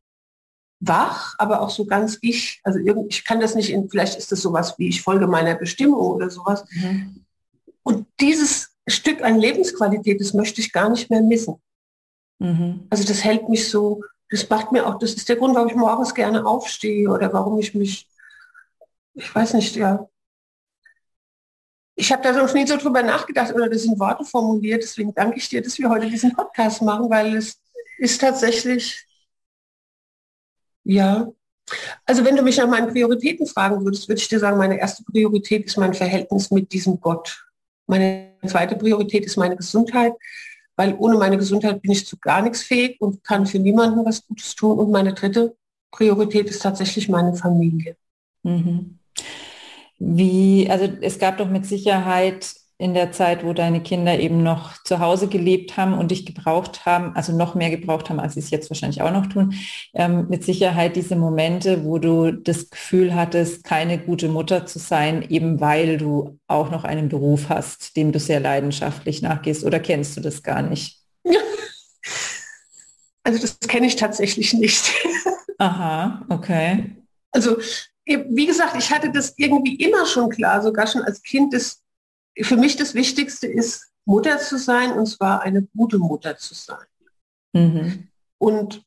wach, aber auch so ganz ich. Also irgend, ich kann das nicht in, vielleicht ist das sowas wie ich folge meiner Bestimmung oder sowas. Mhm. Und dieses Stück an Lebensqualität, das möchte ich gar nicht mehr missen. Mhm. Also das hält mich so, das macht mir auch, das ist der Grund, warum ich morgens gerne aufstehe oder warum ich mich, ich weiß nicht, ja, ich habe da so nie so drüber nachgedacht oder das in Worte formuliert. Deswegen danke ich dir, dass wir heute diesen Podcast machen, weil es ist tatsächlich, ja. Also wenn du mich nach meinen Prioritäten fragen würdest, würde ich dir sagen, meine erste Priorität ist mein Verhältnis mit diesem Gott. Meine zweite Priorität ist meine Gesundheit. weil ohne meine Gesundheit bin ich zu gar nichts fähig und kann für niemanden was Gutes tun. Und meine dritte Priorität ist tatsächlich meine Familie. Mhm. Wie, also es gab doch mit Sicherheit in der Zeit, wo deine Kinder eben noch zu Hause gelebt haben und dich gebraucht haben, also noch mehr gebraucht haben, als sie es jetzt wahrscheinlich auch noch tun, ähm, mit Sicherheit diese Momente, wo du das Gefühl hattest, keine gute Mutter zu sein, eben weil du auch noch einen Beruf hast, dem du sehr leidenschaftlich nachgehst, oder kennst du das gar nicht? Also das kenne ich tatsächlich nicht. Aha, okay. Also wie gesagt, ich hatte das irgendwie immer schon klar, sogar schon als Kind, dass für mich das Wichtigste ist, Mutter zu sein, und zwar eine gute Mutter zu sein. Mhm. Und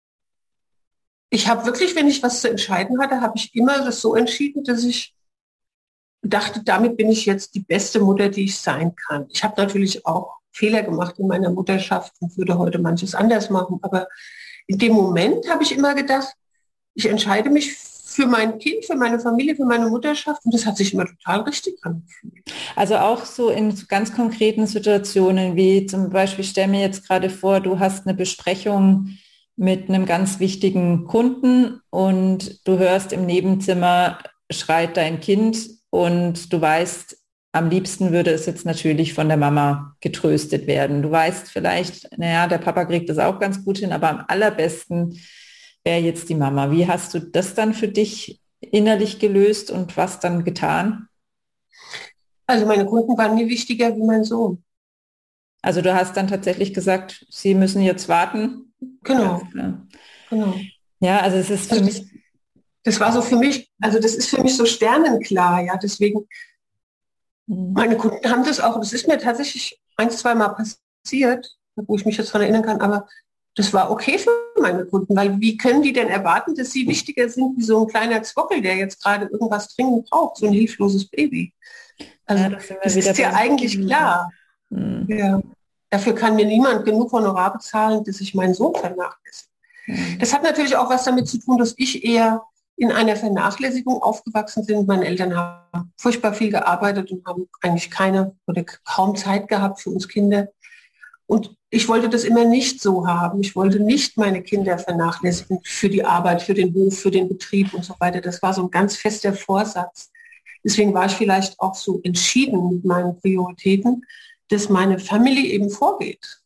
ich habe wirklich, wenn ich was zu entscheiden hatte, habe ich immer das so entschieden, dass ich dachte, damit bin ich jetzt die beste Mutter, die ich sein kann. Ich habe natürlich auch Fehler gemacht in meiner Mutterschaft und würde heute manches anders machen. Aber in dem Moment habe ich immer gedacht, ich entscheide mich für mein Kind, für meine Familie, für meine Mutterschaft, und das hat sich immer total richtig angefühlt. Also auch so in ganz konkreten Situationen, wie zum Beispiel, stell mir jetzt gerade vor, du hast eine Besprechung mit einem ganz wichtigen Kunden und du hörst im Nebenzimmer, schreit dein Kind und du weißt, am liebsten würde es jetzt natürlich von der Mama getröstet werden. Du weißt vielleicht, naja, der Papa kriegt das auch ganz gut hin, aber am allerbesten wäre jetzt die Mama. Wie hast du das dann für dich innerlich gelöst und was dann getan? Also meine Kunden waren mir wichtiger wie mein Sohn. Also du hast dann tatsächlich gesagt, sie müssen jetzt warten? Genau. genau. Ja, also es ist für also mich... Das, das war so für mich, also das ist für mich so sternenklar, ja, deswegen, mhm. meine Kunden haben das auch, das ist mir tatsächlich ein, zwei Mal passiert, wo ich mich jetzt daran erinnern kann, aber das war okay für meine Kunden, weil wie können die denn erwarten, dass sie wichtiger sind wie so ein kleiner Zwockel, der jetzt gerade irgendwas dringend braucht, so ein hilfloses Baby. Also ja, das, das ist ja eigentlich klar. Mhm. Ja. Dafür kann mir niemand genug Honorar bezahlen, dass ich meinen Sohn vernachlässige. Mhm. Das hat natürlich auch was damit zu tun, dass ich eher in einer Vernachlässigung aufgewachsen bin. Meine Eltern haben furchtbar viel gearbeitet und haben eigentlich keine oder kaum Zeit gehabt für uns Kinder. Und ich wollte das immer nicht so haben. Ich wollte nicht meine Kinder vernachlässigen für die Arbeit, für den Hof, für den Betrieb und so weiter. Das war so ein ganz fester Vorsatz. Deswegen war ich vielleicht auch so entschieden mit meinen Prioritäten, dass meine Familie eben vorgeht.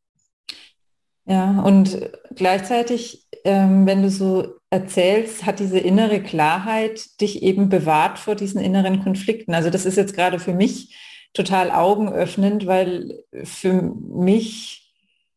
Ja, und gleichzeitig, ähm, wenn du so erzählst, hat diese innere Klarheit dich eben bewahrt vor diesen inneren Konflikten. Also das ist jetzt gerade für mich total augenöffnend, weil für mich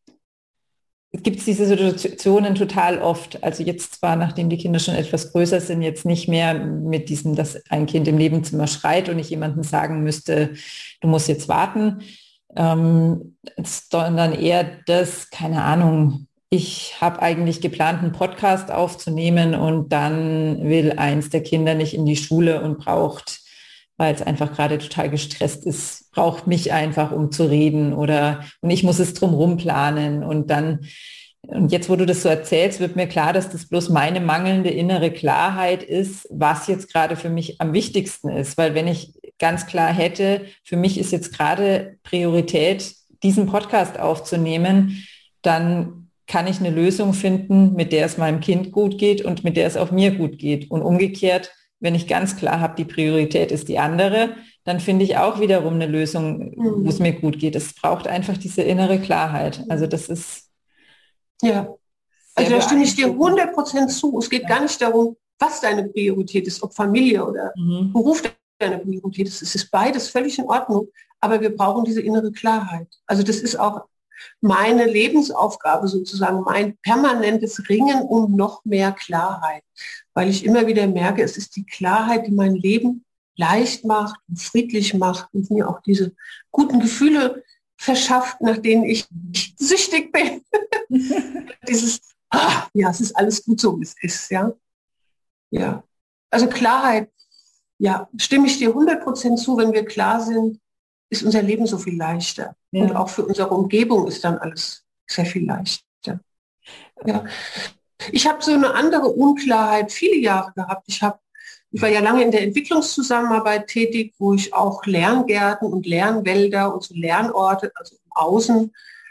gibt es diese Situationen total oft. Also jetzt zwar, nachdem die Kinder schon etwas größer sind, jetzt nicht mehr mit diesem, dass ein Kind im Nebenzimmer schreit und ich jemandem sagen müsste, du musst jetzt warten, ähm, sondern eher das, keine Ahnung, ich habe eigentlich geplant, einen Podcast aufzunehmen und dann will eins der Kinder nicht in die Schule und braucht, weil es einfach gerade total gestresst ist, braucht mich einfach, um zu reden, oder und ich muss es drumherum planen. Und dann, und jetzt, wo du das so erzählst, wird mir klar, dass das bloß meine mangelnde innere Klarheit ist, was jetzt gerade für mich am wichtigsten ist. Weil wenn ich ganz klar hätte, für mich ist jetzt gerade Priorität, diesen Podcast aufzunehmen, dann kann ich eine Lösung finden, mit der es meinem Kind gut geht und mit der es auch mir gut geht. Und umgekehrt, wenn ich ganz klar habe, die Priorität ist die andere, dann finde ich auch wiederum eine Lösung, mhm. wo es mir gut geht. Es braucht einfach diese innere Klarheit. Also das ist... Ja, also da stimme ich dir hundert Prozent zu. Es geht ja. gar nicht darum, was deine Priorität ist, ob Familie oder mhm. Beruf deine Priorität ist. Es ist beides völlig in Ordnung, aber wir brauchen diese innere Klarheit. Also das ist auch meine Lebensaufgabe sozusagen, mein permanentes Ringen um noch mehr Klarheit, weil ich immer wieder merke, es ist die Klarheit, die mein Leben leicht macht und friedlich macht und mir auch diese guten Gefühle verschafft, nach denen ich süchtig bin. Dieses, ah, ja, es ist alles gut so, wie es ist, ja. Ja, also Klarheit, ja, stimme ich dir hundert Prozent zu, wenn wir klar sind, ist unser Leben so viel leichter. Ja. Und auch für unsere Umgebung ist dann alles sehr viel leichter. Ja. Ich habe so eine andere Unklarheit viele Jahre gehabt. Ich, hab, ich war ja lange in der Entwicklungszusammenarbeit tätig, wo ich auch Lerngärten und Lernwälder und so Lernorte, also im Außen,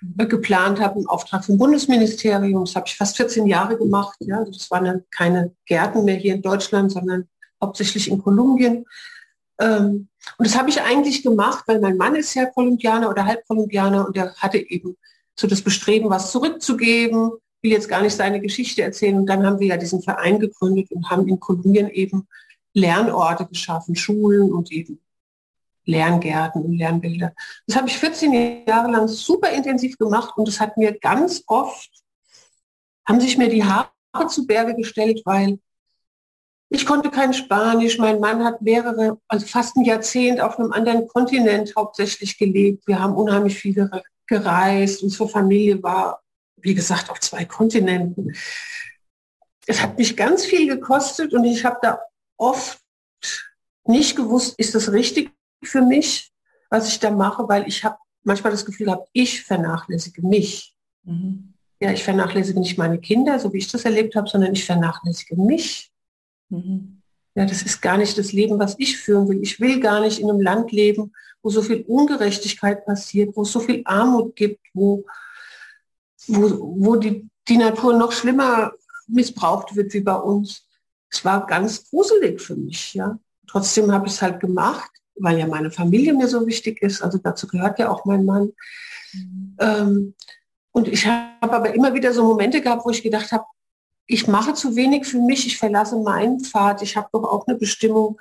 äh, geplant habe, im Auftrag vom Bundesministerium. Das habe ich fast vierzehn Jahre gemacht. Ja. Also das waren dann keine Gärten mehr hier in Deutschland, sondern hauptsächlich in Kolumbien. Ähm, und das habe ich eigentlich gemacht, weil mein Mann ist ja Kolumbianer oder Halbkolumbianer und der hatte eben so das Bestreben, was zurückzugeben, will jetzt gar nicht seine Geschichte erzählen. Und dann haben wir ja diesen Verein gegründet und haben in Kolumbien eben Lernorte geschaffen, Schulen und eben Lerngärten und Lernbilder. Das habe ich vierzehn Jahre lang super intensiv gemacht und es hat mir ganz oft, haben sich mir die Haare zu Berge gestellt, weil ich konnte kein Spanisch. Mein Mann hat mehrere, also fast ein Jahrzehnt auf einem anderen Kontinent hauptsächlich gelebt. Wir haben unheimlich viel gereist. Unsere Familie war, wie gesagt, auf zwei Kontinenten. Es hat mich ganz viel gekostet und ich habe da oft nicht gewusst, ist das richtig für mich, was ich da mache, weil ich habe manchmal das Gefühl gehabt, ich vernachlässige mich. Mhm. Ja, ich vernachlässige nicht meine Kinder, so wie ich das erlebt habe, sondern ich vernachlässige mich. Mhm. Ja, das ist gar nicht das Leben, was ich führen will. Ich will gar nicht in einem Land leben, wo so viel Ungerechtigkeit passiert, wo es so viel Armut gibt, wo, wo, wo die, die Natur noch schlimmer missbraucht wird wie bei uns. Es war ganz gruselig für mich. Ja. Trotzdem habe ich es halt gemacht, weil ja meine Familie mir so wichtig ist. Also dazu gehört ja auch mein Mann. Mhm. Ähm, und ich habe aber immer wieder so Momente gehabt, wo ich gedacht habe, ich mache zu wenig für mich, ich verlasse meinen Pfad, ich habe doch auch eine Bestimmung.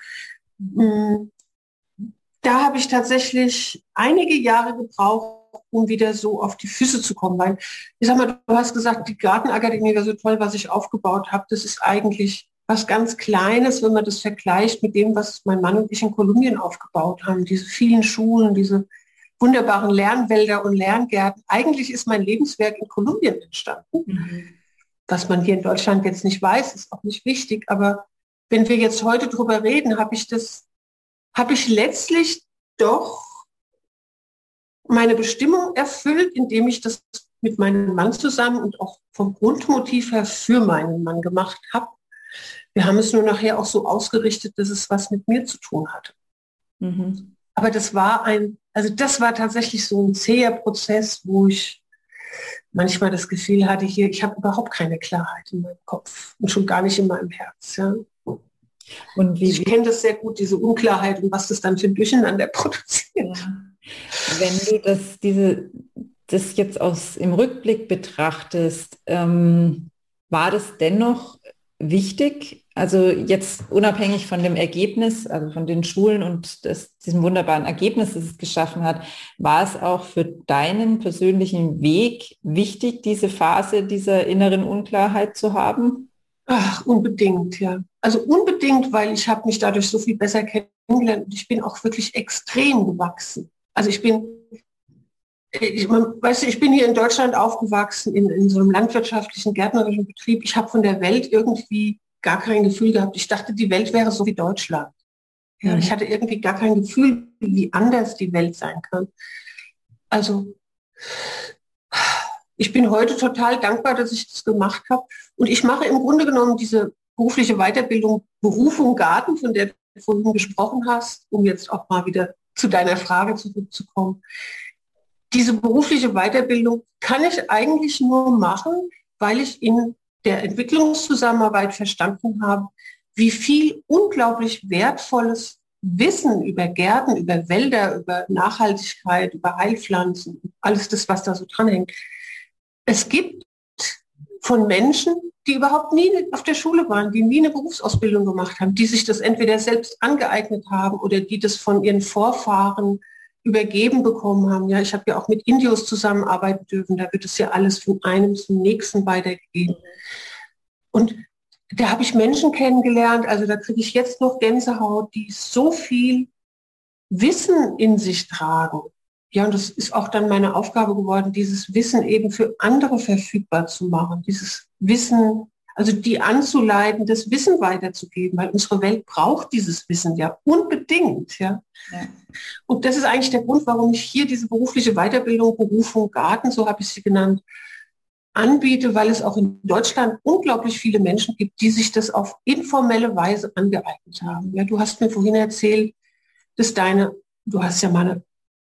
Da habe ich tatsächlich einige Jahre gebraucht, um wieder so auf die Füße zu kommen. Weil, ich sag mal, du hast gesagt, die Gartenakademie war so toll, was ich aufgebaut habe. Das ist eigentlich was ganz Kleines, wenn man das vergleicht mit dem, was mein Mann und ich in Kolumbien aufgebaut haben. Diese vielen Schulen, diese wunderbaren Lernwälder und Lerngärten. Eigentlich ist mein Lebenswerk in Kolumbien entstanden. Mhm. Was man hier in Deutschland jetzt nicht weiß, ist auch nicht wichtig. Aber wenn wir jetzt heute drüber reden, habe ich das, habe ich letztlich doch meine Bestimmung erfüllt, indem ich das mit meinem Mann zusammen und auch vom Grundmotiv her für meinen Mann gemacht habe. Wir haben es nur nachher auch so ausgerichtet, dass es was mit mir zu tun hatte. Mhm. Aber das war ein, also das war tatsächlich so ein zäher Prozess, wo ich manchmal das Gefühl hatte, hier, ich habe überhaupt keine Klarheit in meinem Kopf und schon gar nicht in meinem Herz. Ja. Und wie, ich kenne das sehr gut, diese Unklarheit und was das dann für ein Durcheinander produziert. Ja. Wenn du das, diese, das jetzt aus, im Rückblick betrachtest, ähm, war das dennoch wichtig? Also jetzt unabhängig von dem Ergebnis, also von den Schulen und das, diesem wunderbaren Ergebnis, das es geschaffen hat, war es auch für deinen persönlichen Weg wichtig, diese Phase dieser inneren Unklarheit zu haben? Ach, unbedingt, ja. Also unbedingt, weil ich habe mich dadurch so viel besser kennengelernt und ich bin auch wirklich extrem gewachsen. Also ich bin, ich, man, weißt du, ich bin hier in Deutschland aufgewachsen, in, in so einem landwirtschaftlichen, gärtnerischen Betrieb. Ich habe von der Welt irgendwie gar kein Gefühl gehabt. Ich dachte, die Welt wäre so wie Deutschland. Ja, mhm. Ich hatte irgendwie gar kein Gefühl, wie anders die Welt sein kann. Also ich bin heute total dankbar, dass ich das gemacht habe. Und ich mache im Grunde genommen diese berufliche Weiterbildung Berufung Garten, von der du vorhin gesprochen hast, um jetzt auch mal wieder zu deiner Frage zurückzukommen. Diese berufliche Weiterbildung kann ich eigentlich nur machen, weil ich in der Entwicklungszusammenarbeit verstanden habe, wie viel unglaublich wertvolles Wissen über Gärten, über Wälder, über Nachhaltigkeit, über Heilpflanzen, alles das, was da so dranhängt, es gibt von Menschen, die überhaupt nie auf der Schule waren, die nie eine Berufsausbildung gemacht haben, die sich das entweder selbst angeeignet haben oder die das von ihren Vorfahren übergeben bekommen haben. Ja, ich habe ja auch mit Indios zusammenarbeiten dürfen, da wird es ja alles von einem zum nächsten weitergegeben. Und da habe ich Menschen kennengelernt, also da kriege ich jetzt noch Gänsehaut, die so viel Wissen in sich tragen. Ja, und das ist auch dann meine Aufgabe geworden, dieses Wissen eben für andere verfügbar zu machen, dieses Wissen, also die anzuleiten, das Wissen weiterzugeben, weil unsere Welt braucht dieses Wissen ja unbedingt. Ja. Ja. Und das ist eigentlich der Grund, warum ich hier diese berufliche Weiterbildung, Berufung Garten, so habe ich sie genannt, anbiete, weil es auch in Deutschland unglaublich viele Menschen gibt, die sich das auf informelle Weise angeeignet haben. Ja, du hast mir vorhin erzählt, dass deine, du hast ja mal eine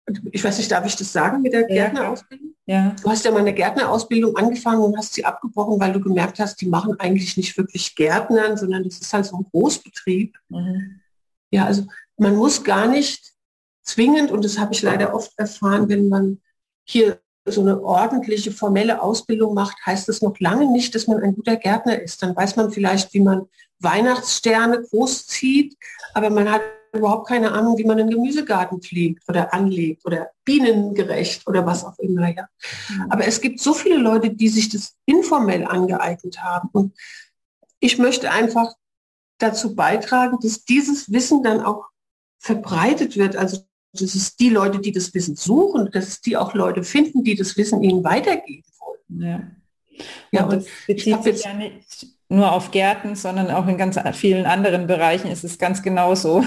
ich weiß nicht, darf ich das sagen mit der Ja, Gärtnerausbildung? ja. Du hast ja mal eine Gärtnerausbildung angefangen und hast sie abgebrochen, weil du gemerkt hast, die machen eigentlich nicht wirklich Gärtnern, sondern das ist halt so ein Großbetrieb. Mhm. Ja, also man muss gar nicht zwingend, und das habe ich leider oft erfahren, wenn man hier so eine ordentliche, formelle Ausbildung macht, heißt das noch lange nicht, dass man ein guter Gärtner ist. Dann weiß man vielleicht, wie man Weihnachtssterne großzieht, aber man hat überhaupt keine Ahnung, wie man einen Gemüsegarten pflegt oder anlegt oder bienengerecht oder was auch immer. Ja. Aber es gibt so viele Leute, die sich das informell angeeignet haben. Und ich möchte einfach dazu beitragen, dass dieses Wissen dann auch verbreitet wird. Also das ist die Leute, die das Wissen suchen, dass es die auch Leute finden, die das Wissen ihnen weitergeben wollen. Ja. Und ja, das bezieht sich ja nicht nur auf Gärten, sondern auch in ganz vielen anderen Bereichen ist es ganz genauso.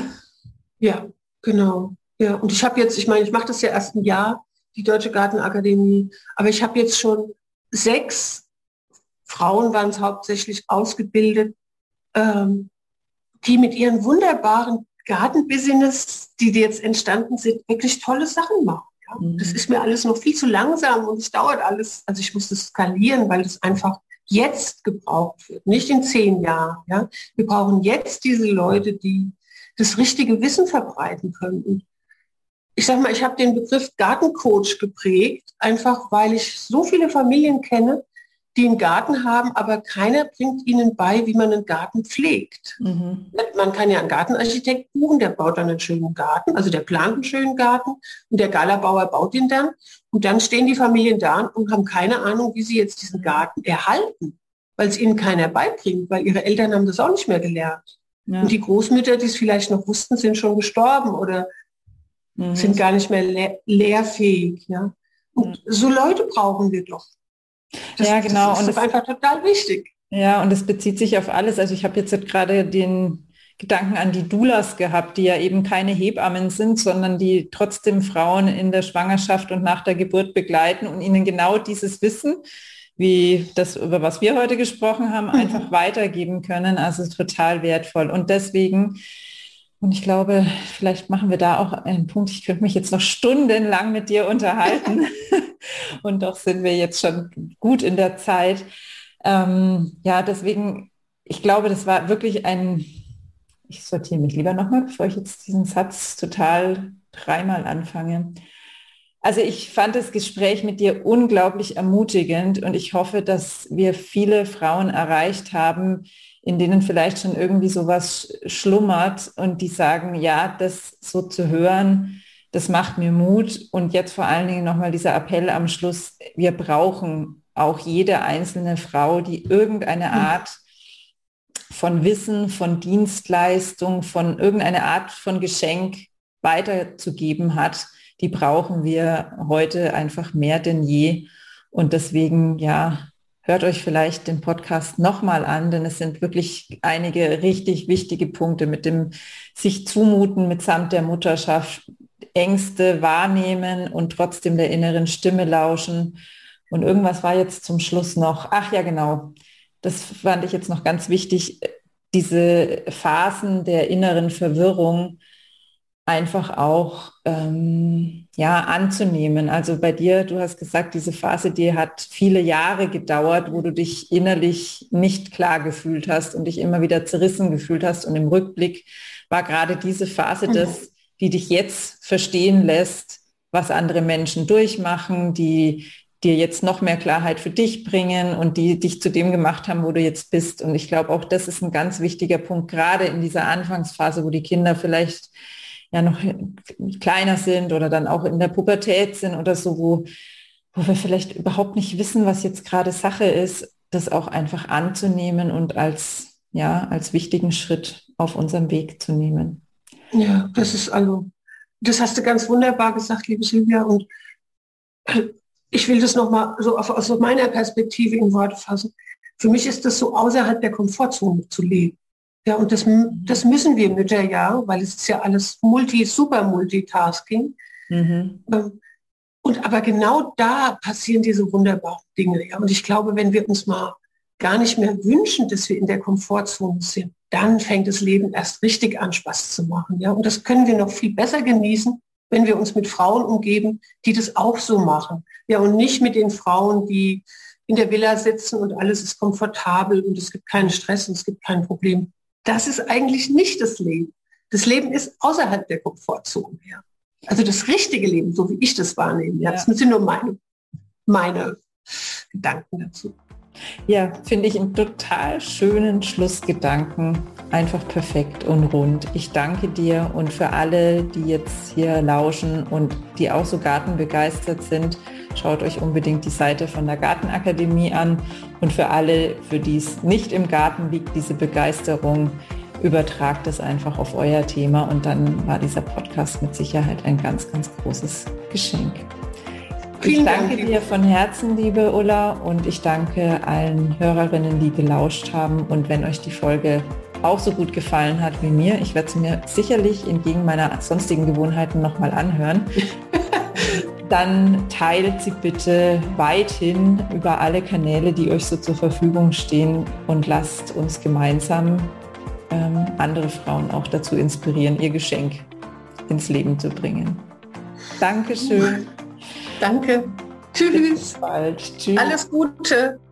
Ja, genau. Ja, und ich habe jetzt, ich meine, ich mache das ja erst ein Jahr, die Deutsche Gartenakademie, aber ich habe jetzt schon sechs Frauen, waren es hauptsächlich, ausgebildet, ähm, die mit ihren wunderbaren Gartenbusiness, die jetzt entstanden sind, wirklich tolle Sachen machen. Ja? Mhm. Das ist mir alles noch viel zu langsam und es dauert alles, also ich muss das skalieren, weil das einfach jetzt gebraucht wird, nicht in zehn Jahren. Ja? Wir brauchen jetzt diese Leute, die das richtige Wissen verbreiten können. Und ich sage mal, ich habe den Begriff Gartencoach geprägt, einfach weil ich so viele Familien kenne, die einen Garten haben, aber keiner bringt ihnen bei, wie man einen Garten pflegt. Mhm. Man kann ja einen Gartenarchitekt buchen, der baut dann einen schönen Garten, also der plant einen schönen Garten und der Galabauer baut ihn dann. Und dann stehen die Familien da und haben keine Ahnung, wie sie jetzt diesen Garten erhalten, weil es ihnen keiner beibringt, weil ihre Eltern haben das auch nicht mehr gelernt. Ja. Und die Großmütter, die es vielleicht noch wussten, sind schon gestorben oder mhm. sind gar nicht mehr le- lehrfähig. Ja? Und mhm. so Leute brauchen wir doch. Das, ja, genau. Das ist und das, einfach total wichtig. Ja, und es bezieht sich auf alles. Also ich habe jetzt gerade den Gedanken an die Doulas gehabt, die ja eben keine Hebammen sind, sondern die trotzdem Frauen in der Schwangerschaft und nach der Geburt begleiten und ihnen genau dieses Wissen, wie das, über was wir heute gesprochen haben, mhm. einfach weitergeben können. Also total wertvoll. Und deswegen, und ich glaube, vielleicht machen wir da auch einen Punkt, ich könnte mich jetzt noch stundenlang mit dir unterhalten. Und doch sind wir jetzt schon gut in der Zeit. Ähm, ja, deswegen, ich glaube, das war wirklich ein, ich sortiere mich lieber nochmal, bevor ich jetzt diesen Satz total dreimal anfange. Also ich fand das Gespräch mit dir unglaublich ermutigend und ich hoffe, dass wir viele Frauen erreicht haben, in denen vielleicht schon irgendwie sowas schlummert und die sagen, ja, das so zu hören, das macht mir Mut. Und jetzt vor allen Dingen nochmal dieser Appell am Schluss, wir brauchen auch jede einzelne Frau, die irgendeine Art von Wissen, von Dienstleistung, von irgendeiner Art von Geschenk weiterzugeben hat. Die brauchen wir heute einfach mehr denn je. Und deswegen, ja, hört euch vielleicht den Podcast nochmal an, denn es sind wirklich einige richtig wichtige Punkte mit dem sich zumuten mitsamt der Mutterschaft, Ängste wahrnehmen und trotzdem der inneren Stimme lauschen. Und irgendwas war jetzt zum Schluss noch, ach ja, genau, das fand ich jetzt noch ganz wichtig, diese Phasen der inneren Verwirrung einfach auch ähm, ja, anzunehmen. Also bei dir, du hast gesagt, diese Phase, die hat viele Jahre gedauert, wo du dich innerlich nicht klar gefühlt hast und dich immer wieder zerrissen gefühlt hast. Und im Rückblick war gerade diese Phase das, die dich jetzt verstehen lässt, was andere Menschen durchmachen, die dir jetzt noch mehr Klarheit für dich bringen und die dich zu dem gemacht haben, wo du jetzt bist. Und ich glaube, auch das ist ein ganz wichtiger Punkt, gerade in dieser Anfangsphase, wo die Kinder vielleicht ja noch kleiner sind oder dann auch in der Pubertät sind oder so, wo, wo wir vielleicht überhaupt nicht wissen, was jetzt gerade Sache ist, das auch einfach anzunehmen und als, ja, als wichtigen Schritt auf unserem Weg zu nehmen. Ja, das ist also, das hast du ganz wunderbar gesagt, liebe Silvia, und ich will das nochmal so auf, aus meiner Perspektive in Worte fassen. Für mich ist das so, außerhalb der Komfortzone zu leben. Ja, und das, das müssen wir Mütter ja, weil es ist ja alles multi, super Multitasking. Mhm. Und aber genau da passieren diese wunderbaren Dinge. Ja. Und ich glaube, wenn wir uns mal gar nicht mehr wünschen, dass wir in der Komfortzone sind, dann fängt das Leben erst richtig an, Spaß zu machen. Ja. Und das können wir noch viel besser genießen, wenn wir uns mit Frauen umgeben, die das auch so machen. Ja, und nicht mit den Frauen, die in der Villa sitzen und alles ist komfortabel und es gibt keinen Stress und es gibt kein Problem. Das ist eigentlich nicht das Leben. Das Leben ist außerhalb der Komfortzone. Ja. Also das richtige Leben, so wie ich das wahrnehme. Ja. Das sind nur meine, meine Gedanken dazu. Ja, finde ich einen total schönen Schlussgedanken. Einfach perfekt und rund. Ich danke dir und für alle, die jetzt hier lauschen und die auch so gartenbegeistert sind, schaut euch unbedingt die Seite von der Gartenakademie an. Und für alle, für die es nicht im Garten liegt, diese Begeisterung, übertragt es einfach auf euer Thema und dann war dieser Podcast mit Sicherheit ein ganz, ganz großes Geschenk. Ich danke dir von Herzen, liebe Ulla, und ich danke allen Hörerinnen, die gelauscht haben. Und wenn euch die Folge auch so gut gefallen hat wie mir, ich werde sie mir sicherlich entgegen meiner sonstigen Gewohnheiten nochmal anhören, dann teilt sie bitte weithin über alle Kanäle, die euch so zur Verfügung stehen, und lasst uns gemeinsam ähm, andere Frauen auch dazu inspirieren, ihr Geschenk ins Leben zu bringen. Dankeschön. Danke. Tschüss. Bis bald. Tschüss. Alles Gute.